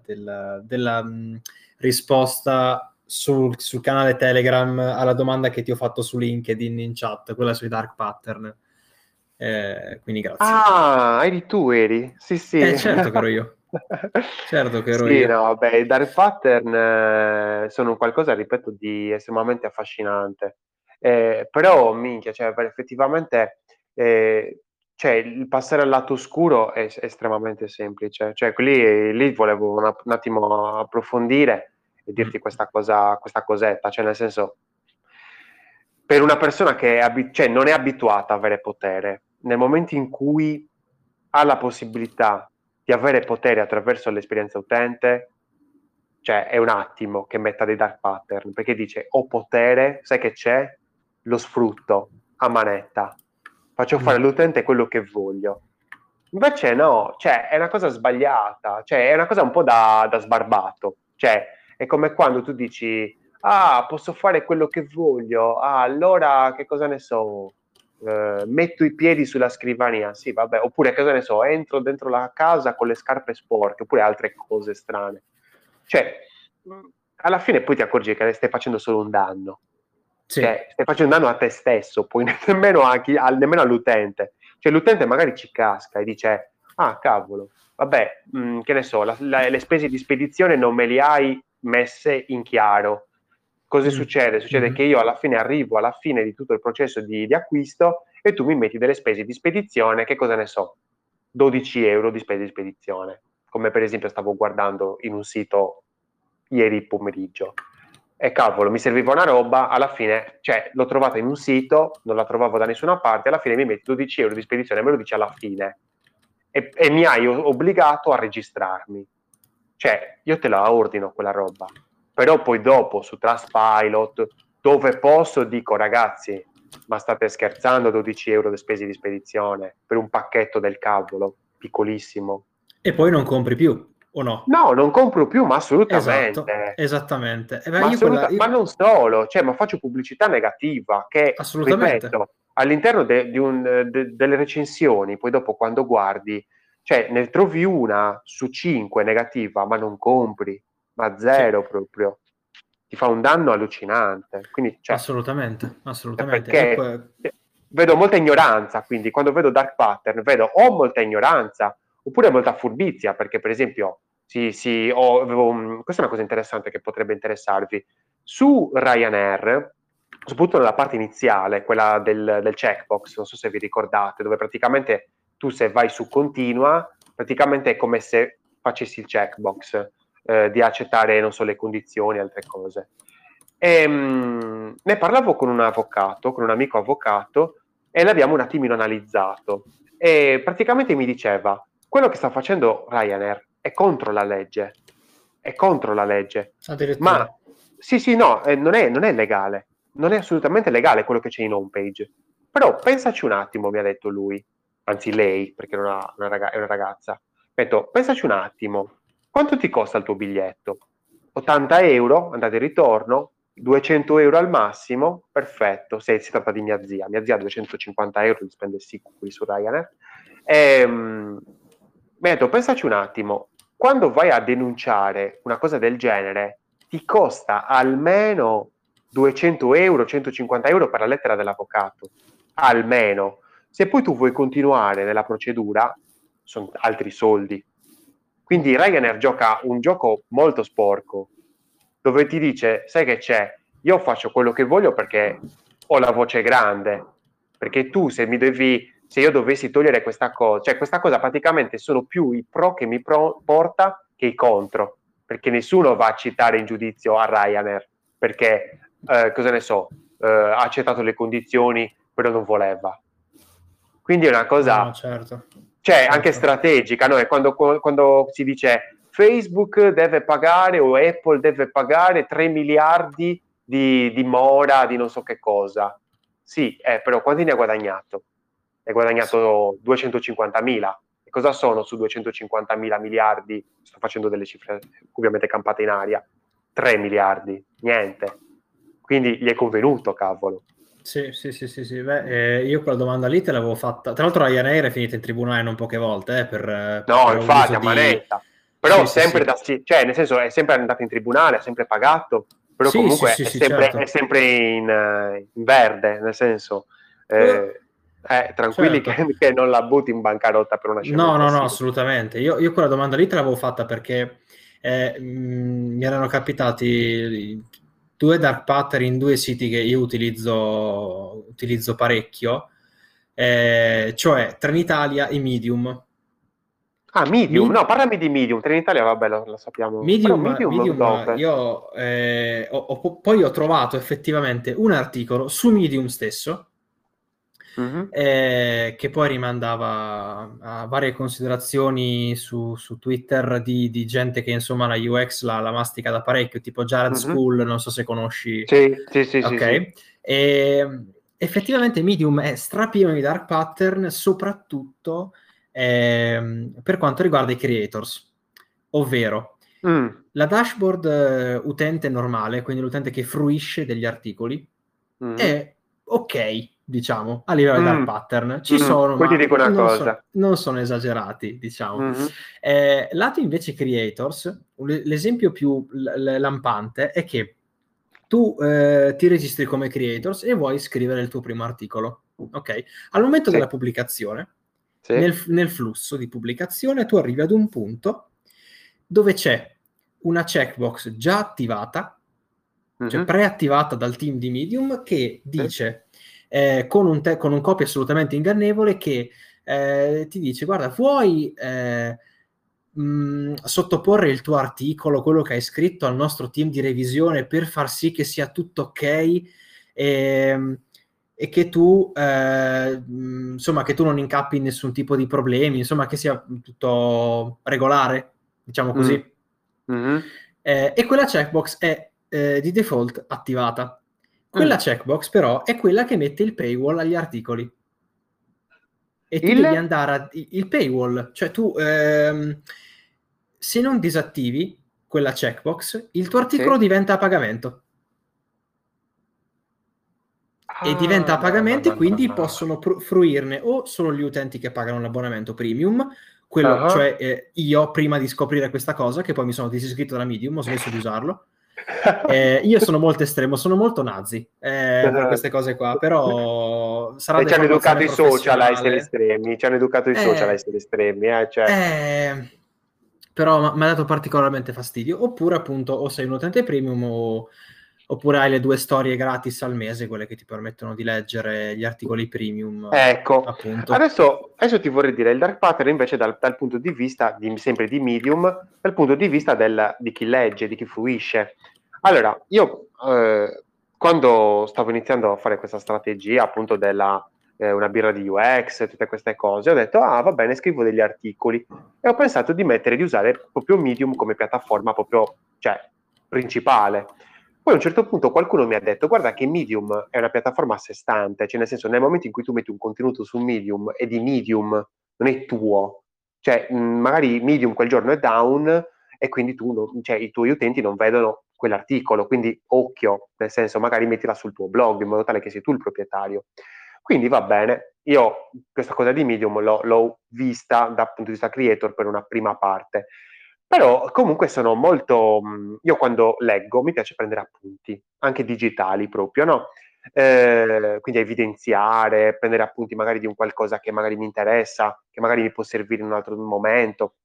risposta sul canale Telegram alla domanda che ti ho fatto su LinkedIn in chat, quella sui dark pattern. Quindi grazie. Ah, eri tu, eri? Sì. Certo che ero io. Certo che ero sì, io. No, vabbè, i dark pattern sono qualcosa, ripeto, di estremamente affascinante. Però, minchia, cioè, effettivamente, cioè, il passare al lato oscuro è estremamente semplice. Cioè, lì volevo un attimo approfondire e dirti questa cosetta. Cioè, nel senso, per una persona che cioè, non è abituata a avere potere, nel momento in cui ha la possibilità di avere potere attraverso l'esperienza utente, cioè è un attimo che metta dei dark pattern, perché dice ho potere, sai che c'è? Lo sfrutto a manetta, faccio fare all'utente quello che voglio. Invece no, cioè è una cosa sbagliata, cioè è una cosa un po' da sbarbato, cioè è come quando tu dici posso fare quello che voglio, allora che cosa ne so, metto i piedi sulla scrivania, sì vabbè, oppure che cosa ne so, entro dentro la casa con le scarpe sporche, oppure altre cose strane. Cioè, alla fine poi ti accorgi che stai facendo solo un danno. Sì. Cioè, stai facendo un danno a te stesso, poi nemmeno all'utente. Cioè, l'utente magari ci casca e dice, cavolo, vabbè, che ne so, le spese di spedizione non me le hai messe in chiaro. Cosa succede? Succede che io arrivo alla fine di tutto il processo di acquisto e tu mi metti delle spese di spedizione, che cosa ne so, 12 euro di spese di spedizione, come per esempio stavo guardando in un sito ieri pomeriggio. E cavolo, mi serviva una roba, alla fine, cioè, l'ho trovata in un sito, non la trovavo da nessuna parte, alla fine mi metti 12 euro di spedizione, me lo dici alla fine. E mi hai obbligato a registrarmi. cioè io te la ordino quella roba, però poi dopo su Trustpilot, dove posso, dico ragazzi, ma state scherzando, 12 euro di spese di spedizione per un pacchetto del cavolo, piccolissimo. E poi non compri più, o no? No, non compro più, ma assolutamente. Esatto, esattamente. Ma non solo, cioè, ma faccio pubblicità negativa che, Assolutamente. ripeto, all'interno delle recensioni, poi dopo quando guardi, cioè ne trovi una su 5 negativa, ma non compri, ma zero proprio. Ti fa un danno allucinante. Quindi, cioè, assolutamente. perché vedo molta ignoranza, quindi quando vedo Dark Pattern vedo o molta ignoranza oppure molta furbizia, perché per esempio questa è una cosa interessante che potrebbe interessarvi. Su Ryanair, soprattutto nella parte iniziale, quella del checkbox, non so se vi ricordate, dove praticamente tu se vai su continua, praticamente è come se facessi il checkbox di accettare, non so, le condizioni, altre cose. Ne parlavo con un avvocato, con un amico avvocato, e l'abbiamo un attimino analizzato. E praticamente mi diceva: quello che sta facendo Ryanair è contro la legge. È contro la legge. Ma sì, no, non è legale. Non è assolutamente legale quello che c'è in homepage. Però pensaci un attimo, mi ha detto lui, anzi lei, perché è una ragazza. Mi ha detto: pensaci un attimo, quanto ti costa il tuo biglietto? 80 euro, andata e ritorno, 200 euro al massimo, perfetto, se si tratta di mia zia 250 euro li spende sicuri su Ryanair. Mi ha detto: pensaci un attimo, quando vai a denunciare una cosa del genere ti costa almeno 200 euro, 150 euro per la lettera dell'avvocato, almeno. Se poi tu vuoi continuare nella procedura sono altri soldi. Quindi Ryanair gioca un gioco molto sporco, dove ti dice: sai che c'è, io faccio quello che voglio perché ho la voce grande, perché tu se io dovessi togliere questa cosa, cioè questa cosa praticamente sono più i pro che mi porta che i contro, perché nessuno va a citare in giudizio a Ryanair, perché cosa ne so, ha accettato le condizioni però non voleva. Quindi è una cosa, certo. Cioè anche strategica, no? È quando si dice Facebook deve pagare o Apple deve pagare 3 miliardi di mora di non so che cosa. Sì, però quanti ne ha guadagnato? Ne ha guadagnato 250.000. E cosa sono su 250.000 miliardi? Sto facendo delle cifre ovviamente campate in aria. 3 miliardi, niente. Quindi gli è convenuto, cavolo. Sì. Beh, io quella domanda lì te l'avevo fatta. Tra l'altro Ryanair è finita in tribunale non poche volte per infatti, a manetta. Però sì. cioè nel senso è sempre andato in tribunale, ha sempre pagato, però comunque è sempre in verde, nel senso tranquilli che non la butti in bancarotta per una scelta. No, assolutamente. Io quella domanda lì te l'avevo fatta perché mi erano capitati 2 dark pattern in 2 siti che io utilizzo parecchio, cioè Trenitalia e Medium. Medium? No, parlami di Medium. Trenitalia, vabbè, lo sappiamo. Medium io poi ho trovato effettivamente un articolo su Medium stesso, che poi rimandava a varie considerazioni su Twitter di gente che insomma la UX la mastica da parecchio, tipo Jared School, non so se conosci. Sì. Ok. E effettivamente Medium è strapieno di dark pattern, soprattutto per quanto riguarda i creators, ovvero la dashboard utente normale, quindi l'utente che fruisce degli articoli, è ok, diciamo, a livello di dark pattern. Ci sono, poi ma ti dico una cosa. non sono esagerati, diciamo. Lato invece creators, l'esempio più lampante è che tu ti registri come creators e vuoi scrivere il tuo primo articolo, ok? Al momento della pubblicazione, nel flusso di pubblicazione, tu arrivi ad un punto dove c'è una checkbox già attivata, cioè preattivata dal team di Medium, che dice con un copy assolutamente ingannevole che ti dice: guarda, vuoi sottoporre il tuo articolo, quello che hai scritto, al nostro team di revisione per far sì che sia tutto ok e che tu insomma che tu non incappi in nessun tipo di problemi, insomma che sia tutto regolare, diciamo così. Mhm. E quella checkbox è di default attivata. Quella checkbox però è quella che mette il paywall agli articoli. E tu devi andare il paywall, cioè tu se non disattivi quella checkbox, il tuo articolo diventa a pagamento. E diventa a pagamento e quindi possono fruirne o solo gli utenti che pagano l'abbonamento premium, quello, cioè io prima di scoprire questa cosa, che poi mi sono disiscritto da Medium, ho smesso di usarlo. Io sono molto estremo, sono molto nazi per queste cose qua, però sarà ci hanno educato i social a essere professionale. estremi, ci hanno educato i social a essere estremi, cioè. Però mi ha dato particolarmente fastidio. Oppure appunto o sei un utente premium oppure hai le 2 storie gratis al mese, quelle che ti permettono di leggere gli articoli premium. Ecco, appunto. adesso ti vorrei dire il dark pattern invece dal punto di vista sempre di Medium, dal punto di vista di chi legge, di chi fruisce. Allora, io quando stavo iniziando a fare questa strategia appunto della una birra di UX, tutte queste cose, ho detto va bene, scrivo degli articoli e ho pensato di usare proprio Medium come piattaforma proprio, cioè, principale. Poi a un certo punto qualcuno mi ha detto guarda che Medium è una piattaforma a sé stante, cioè nel senso nel momento in cui tu metti un contenuto su Medium è di Medium, non è tuo, cioè magari Medium quel giorno è down e quindi cioè, i tuoi utenti non vedono quell'articolo, quindi occhio, nel senso magari mettila sul tuo blog in modo tale che sei tu il proprietario. Quindi va bene, io questa cosa di Medium l'ho vista dal punto di vista creator per una prima parte, però comunque sono molto, io quando leggo mi piace prendere appunti, anche digitali proprio, no? Quindi evidenziare, prendere appunti magari di un qualcosa che magari mi interessa, che magari mi può servire in un altro momento.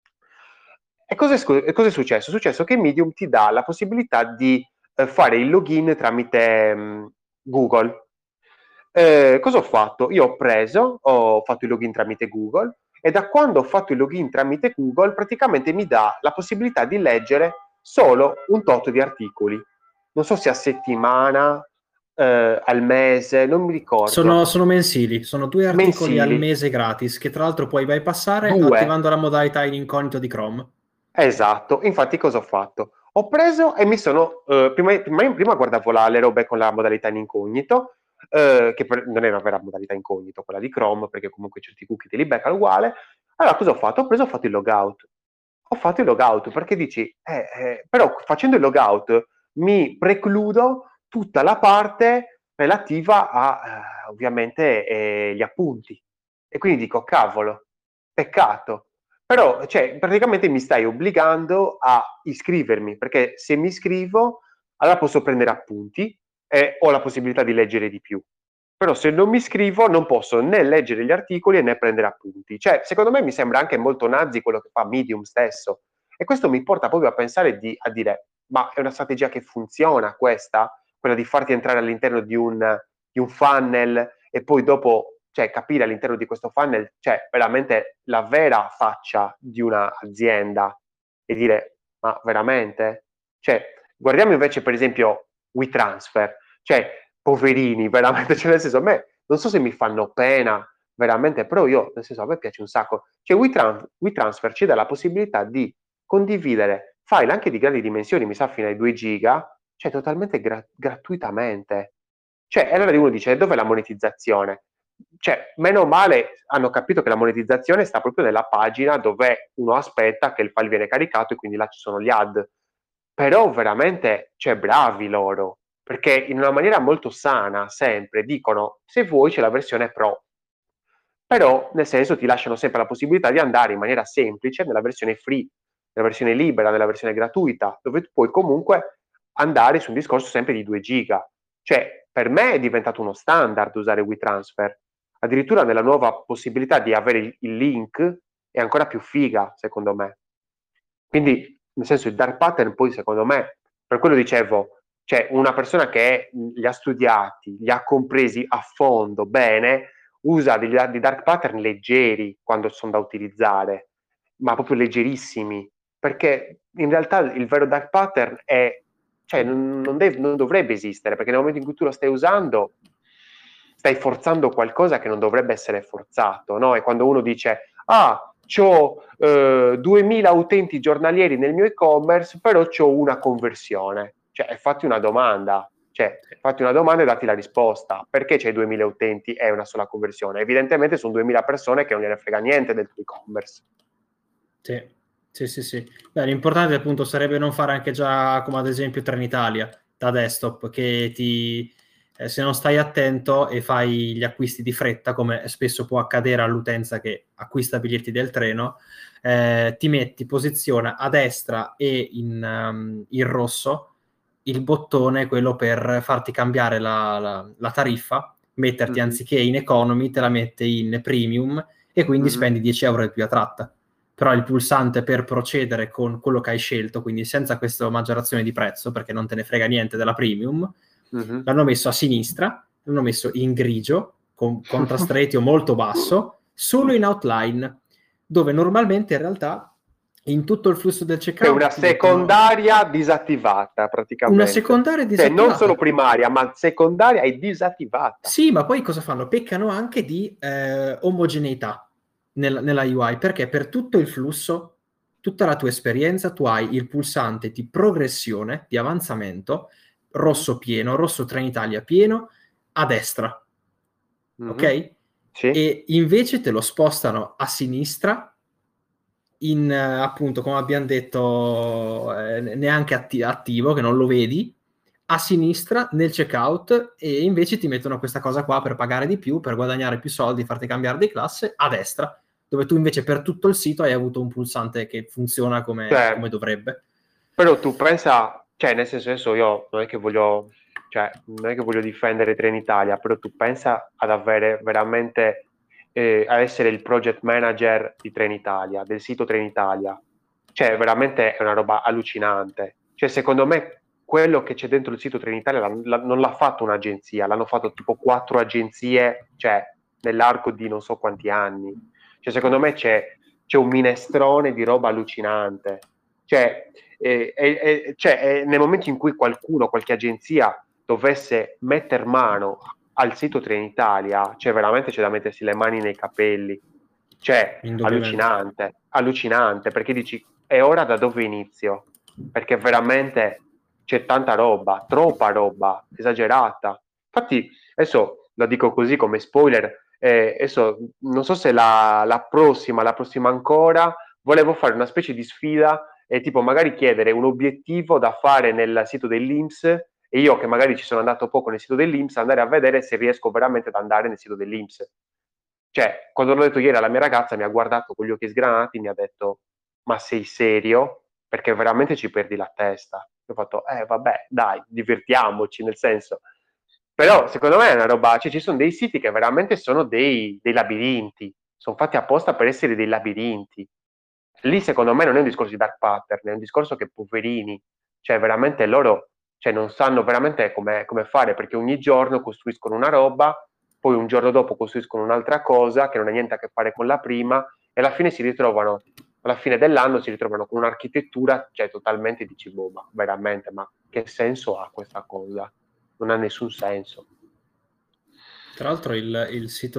E cosa è successo? È successo che Medium ti dà la possibilità di fare il login tramite Google. Cosa ho fatto? Io ho fatto il login tramite Google e da quando ho fatto il login tramite Google praticamente mi dà la possibilità di leggere solo un tot di articoli. Non so se a settimana, al mese, non mi ricordo. Sono mensili, sono 2 articoli al mese gratis che tra l'altro puoi bypassare attivando la modalità in incognito di Chrome. Esatto, infatti cosa ho fatto? Ho preso e mi sono, prima guardavo le robe con la modalità in incognito, che non è una vera modalità incognito quella di Chrome, perché comunque certi cookie te li becca uguale. Allora cosa ho fatto? Ho fatto il logout. Ho fatto il logout perché dici, però facendo il logout mi precludo tutta la parte relativa a ovviamente gli appunti. E quindi dico, cavolo, peccato. Però, cioè, praticamente mi stai obbligando a iscrivermi, perché se mi iscrivo, allora posso prendere appunti e ho la possibilità di leggere di più. Però se non mi iscrivo non posso né leggere gli articoli né prendere appunti. Cioè, secondo me mi sembra anche molto nazi quello che fa Medium stesso. E questo mi porta proprio a pensare a dire, ma è una strategia che funziona questa? Quella di farti entrare all'interno di un funnel e poi dopo, cioè, capire all'interno di questo funnel, cioè, veramente la vera faccia di un'azienda e dire, ma veramente? Cioè, guardiamo invece per esempio WeTransfer, cioè, poverini, veramente, cioè, nel senso, a me, non so se mi fanno pena, veramente, però io, nel senso, a me piace un sacco. Cioè, WeTransfer ci dà la possibilità di condividere file anche di grandi dimensioni, mi sa fino ai 2 giga, cioè totalmente gratuitamente. Cioè, e allora uno dice, dov'è la monetizzazione? Cioè, meno male hanno capito che la monetizzazione sta proprio nella pagina dove uno aspetta che il file viene caricato e quindi là ci sono gli ad. Però veramente, cioè, bravi loro, perché in una maniera molto sana, sempre, dicono, se vuoi c'è la versione Pro. Però, nel senso, ti lasciano sempre la possibilità di andare in maniera semplice nella versione free, nella versione libera, nella versione gratuita, dove tu puoi comunque andare su un discorso sempre di 2 giga. Cioè, per me è diventato uno standard usare WeTransfer. Addirittura nella nuova possibilità di avere il link è ancora più figa, secondo me. Quindi, nel senso, il dark pattern poi, secondo me, per quello dicevo, cioè una persona che li ha studiati, li ha compresi a fondo, bene, usa dei dark pattern leggeri quando sono da utilizzare, ma proprio leggerissimi, perché in realtà il vero dark pattern è, cioè non dovrebbe esistere, perché nel momento in cui tu lo stai usando stai forzando qualcosa che non dovrebbe essere forzato, no? E quando uno dice c'ho 2000 utenti giornalieri nel mio e-commerce, però c'ho una conversione. Cioè, fatti una domanda. Cioè, fatti una domanda e dati la risposta. Perché c'hai 2000 utenti e una sola conversione? Evidentemente sono 2000 persone che non gliene frega niente del tuo e-commerce. Sì. Beh, l'importante appunto sarebbe non fare anche già come ad esempio Trenitalia da desktop, che se non stai attento e fai gli acquisti di fretta, come spesso può accadere all'utenza che acquista biglietti del treno, ti posiziona a destra e in rosso il bottone, quello per farti cambiare la tariffa, metterti anziché in economy, te la mette in premium e quindi spendi 10 euro di più a tratta. Però il pulsante per procedere con quello che hai scelto, quindi senza questa maggiorazione di prezzo, perché non te ne frega niente della premium, l'hanno messo a sinistra, l'hanno messo in grigio, con contrast ratio molto basso, solo in outline, dove normalmente in realtà in tutto il flusso del checkout... È una secondaria disattivata praticamente. Una secondaria disattivata. Cioè non solo primaria, ma secondaria è disattivata. Sì, ma poi cosa fanno? Peccano anche di omogeneità nella UI, perché per tutto il flusso, tutta la tua esperienza, tu hai il pulsante di progressione, di avanzamento, rosso pieno, rosso Trenitalia pieno, a destra. Ok? Sì. E invece te lo spostano a sinistra, in appunto, come abbiamo detto, neanche attivo, che non lo vedi, a sinistra nel checkout, e invece ti mettono questa cosa qua per pagare di più, per guadagnare più soldi, farti cambiare di classe, a destra, dove tu invece per tutto il sito hai avuto un pulsante che funziona come dovrebbe. Però tu pensa, cioè nel senso, adesso io non è che voglio difendere Trenitalia, però tu pensa ad avere veramente a essere il project manager di Trenitalia, del sito Trenitalia. Cioè veramente è una roba allucinante. Cioè secondo me quello che c'è dentro il sito Trenitalia non l'ha fatto un'agenzia, l'hanno fatto tipo 4 agenzie, cioè nell'arco di non so quanti anni. Cioè secondo me c'è un minestrone di roba allucinante. Cioè, nel momento in cui qualche agenzia dovesse metter mano al sito Trenitalia, cioè veramente c'è da mettersi le mani nei capelli. Cioè, allucinante, perché dici, è ora da dove inizio? Perché veramente c'è tanta roba, troppa roba, esagerata. Infatti, adesso lo dico così come spoiler, adesso non so se la prossima ancora, volevo fare una specie di sfida e tipo magari chiedere un obiettivo da fare nel sito dell'INPS, e io che magari ci sono andato poco nel sito dell'INPS, andare a vedere se riesco veramente ad andare nel sito dell'INPS. Cioè, quando l'ho detto ieri alla mia ragazza, mi ha guardato con gli occhi sgranati, mi ha detto, ma sei serio? Perché veramente ci perdi la testa. Io ho fatto, vabbè, dai, divertiamoci, nel senso. Però, secondo me è una roba, cioè ci sono dei siti che veramente sono dei labirinti, sono fatti apposta per essere dei labirinti. Lì, secondo me, non è un discorso di dark pattern, è un discorso che poverini, cioè veramente loro, cioè non sanno veramente come fare, perché ogni giorno costruiscono una roba, poi un giorno dopo costruiscono un'altra cosa che non ha niente a che fare con la prima, e alla fine alla fine dell'anno si ritrovano con un'architettura, cioè totalmente dici, boh, ma veramente, ma che senso ha questa cosa? Non ha nessun senso. Tra l'altro il sito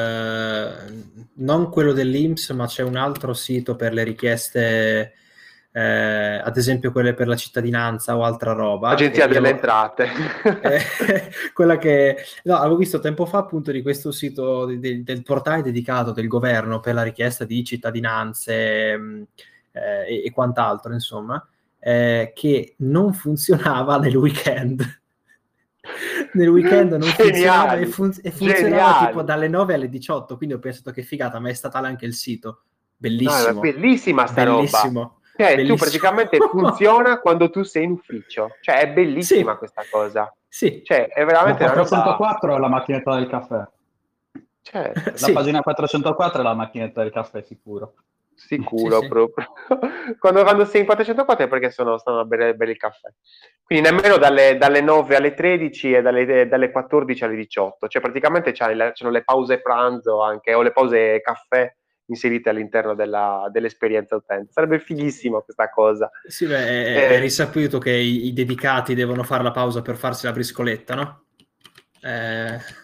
non quello dell'INPS, ma c'è un altro sito per le richieste, ad esempio quelle per la cittadinanza o altra roba. Agenzia delle Entrate. Quella che... No, avevo visto tempo fa appunto di questo sito del portale dedicato del governo per la richiesta di cittadinanze e quant'altro, insomma, che non funzionava nel weekend. Nel weekend non funzionava e funzionava tipo dalle 9 alle 18, quindi ho pensato che figata, ma è statale anche il sito. Bellissimo. No, bellissima sta roba. Cioè, tu praticamente funziona quando tu sei in ufficio. Cioè, è bellissima questa cosa. Sì. Cioè, è veramente la una roba... 404 è la macchinetta del caffè. Certo. La pagina 404 è la macchinetta del caffè, sicuro. Sicuro, proprio. Quando sei in 404 è perché stanno a bere il caffè. Quindi nemmeno dalle 9 alle 13 e dalle 14 alle 18. Cioè praticamente c'hanno le pause pranzo anche, o le pause caffè inserite all'interno dell'esperienza utente. Sarebbe fighissima questa cosa. Sì, beh, è risaputo che i dedicati devono fare la pausa per farsi la briscoletta, no?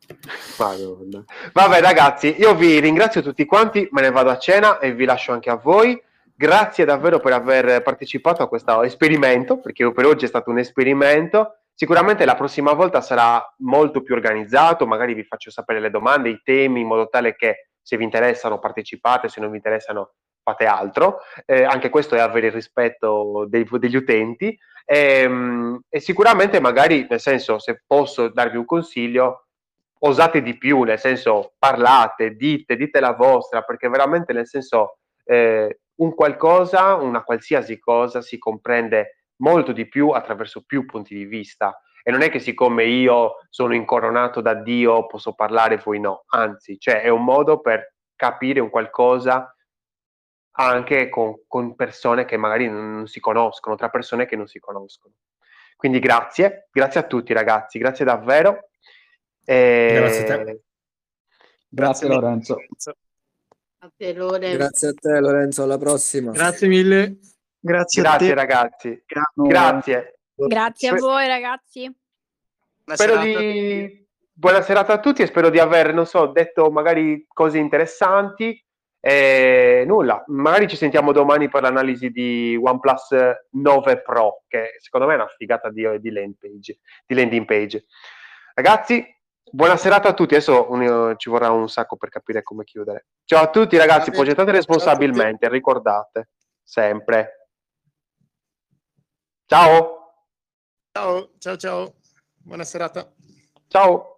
Madonna. Vabbè ragazzi, io vi ringrazio tutti quanti, me ne vado a cena e vi lascio anche a voi. Grazie davvero per aver partecipato a questo esperimento, perché per oggi è stato un esperimento. Sicuramente la prossima volta sarà molto più organizzato, magari vi faccio sapere le domande, i temi, in modo tale che se vi interessano partecipate, se non vi interessano fate altro. Anche questo è avere il rispetto degli utenti. E sicuramente magari, nel senso, se posso darvi un consiglio, osate di più, nel senso parlate, dite la vostra, perché veramente nel senso un qualcosa, una qualsiasi cosa si comprende molto di più attraverso più punti di vista, e non è che siccome io sono incoronato da Dio posso parlare, voi no, anzi, cioè è un modo per capire un qualcosa anche con persone che magari non si conoscono, tra persone che non si conoscono. Quindi grazie a tutti ragazzi, grazie davvero. Grazie a te. Grazie Lorenzo. Grazie Lore. Grazie a te Lorenzo, alla prossima. Grazie mille. Grazie a te. Ragazzi, grazie. Grazie a voi ragazzi. Spero di buona serata a tutti e spero di aver, non so, detto magari cose interessanti. Nulla, magari ci sentiamo domani per l'analisi di OnePlus 9 Pro, che secondo me è una figata di landing page. Ragazzi, buona serata a tutti. Adesso ci vorrà un sacco per capire come chiudere. Ciao a tutti ragazzi, progettate responsabilmente, ricordate sempre. Ciao. Ciao. Buona serata. Ciao.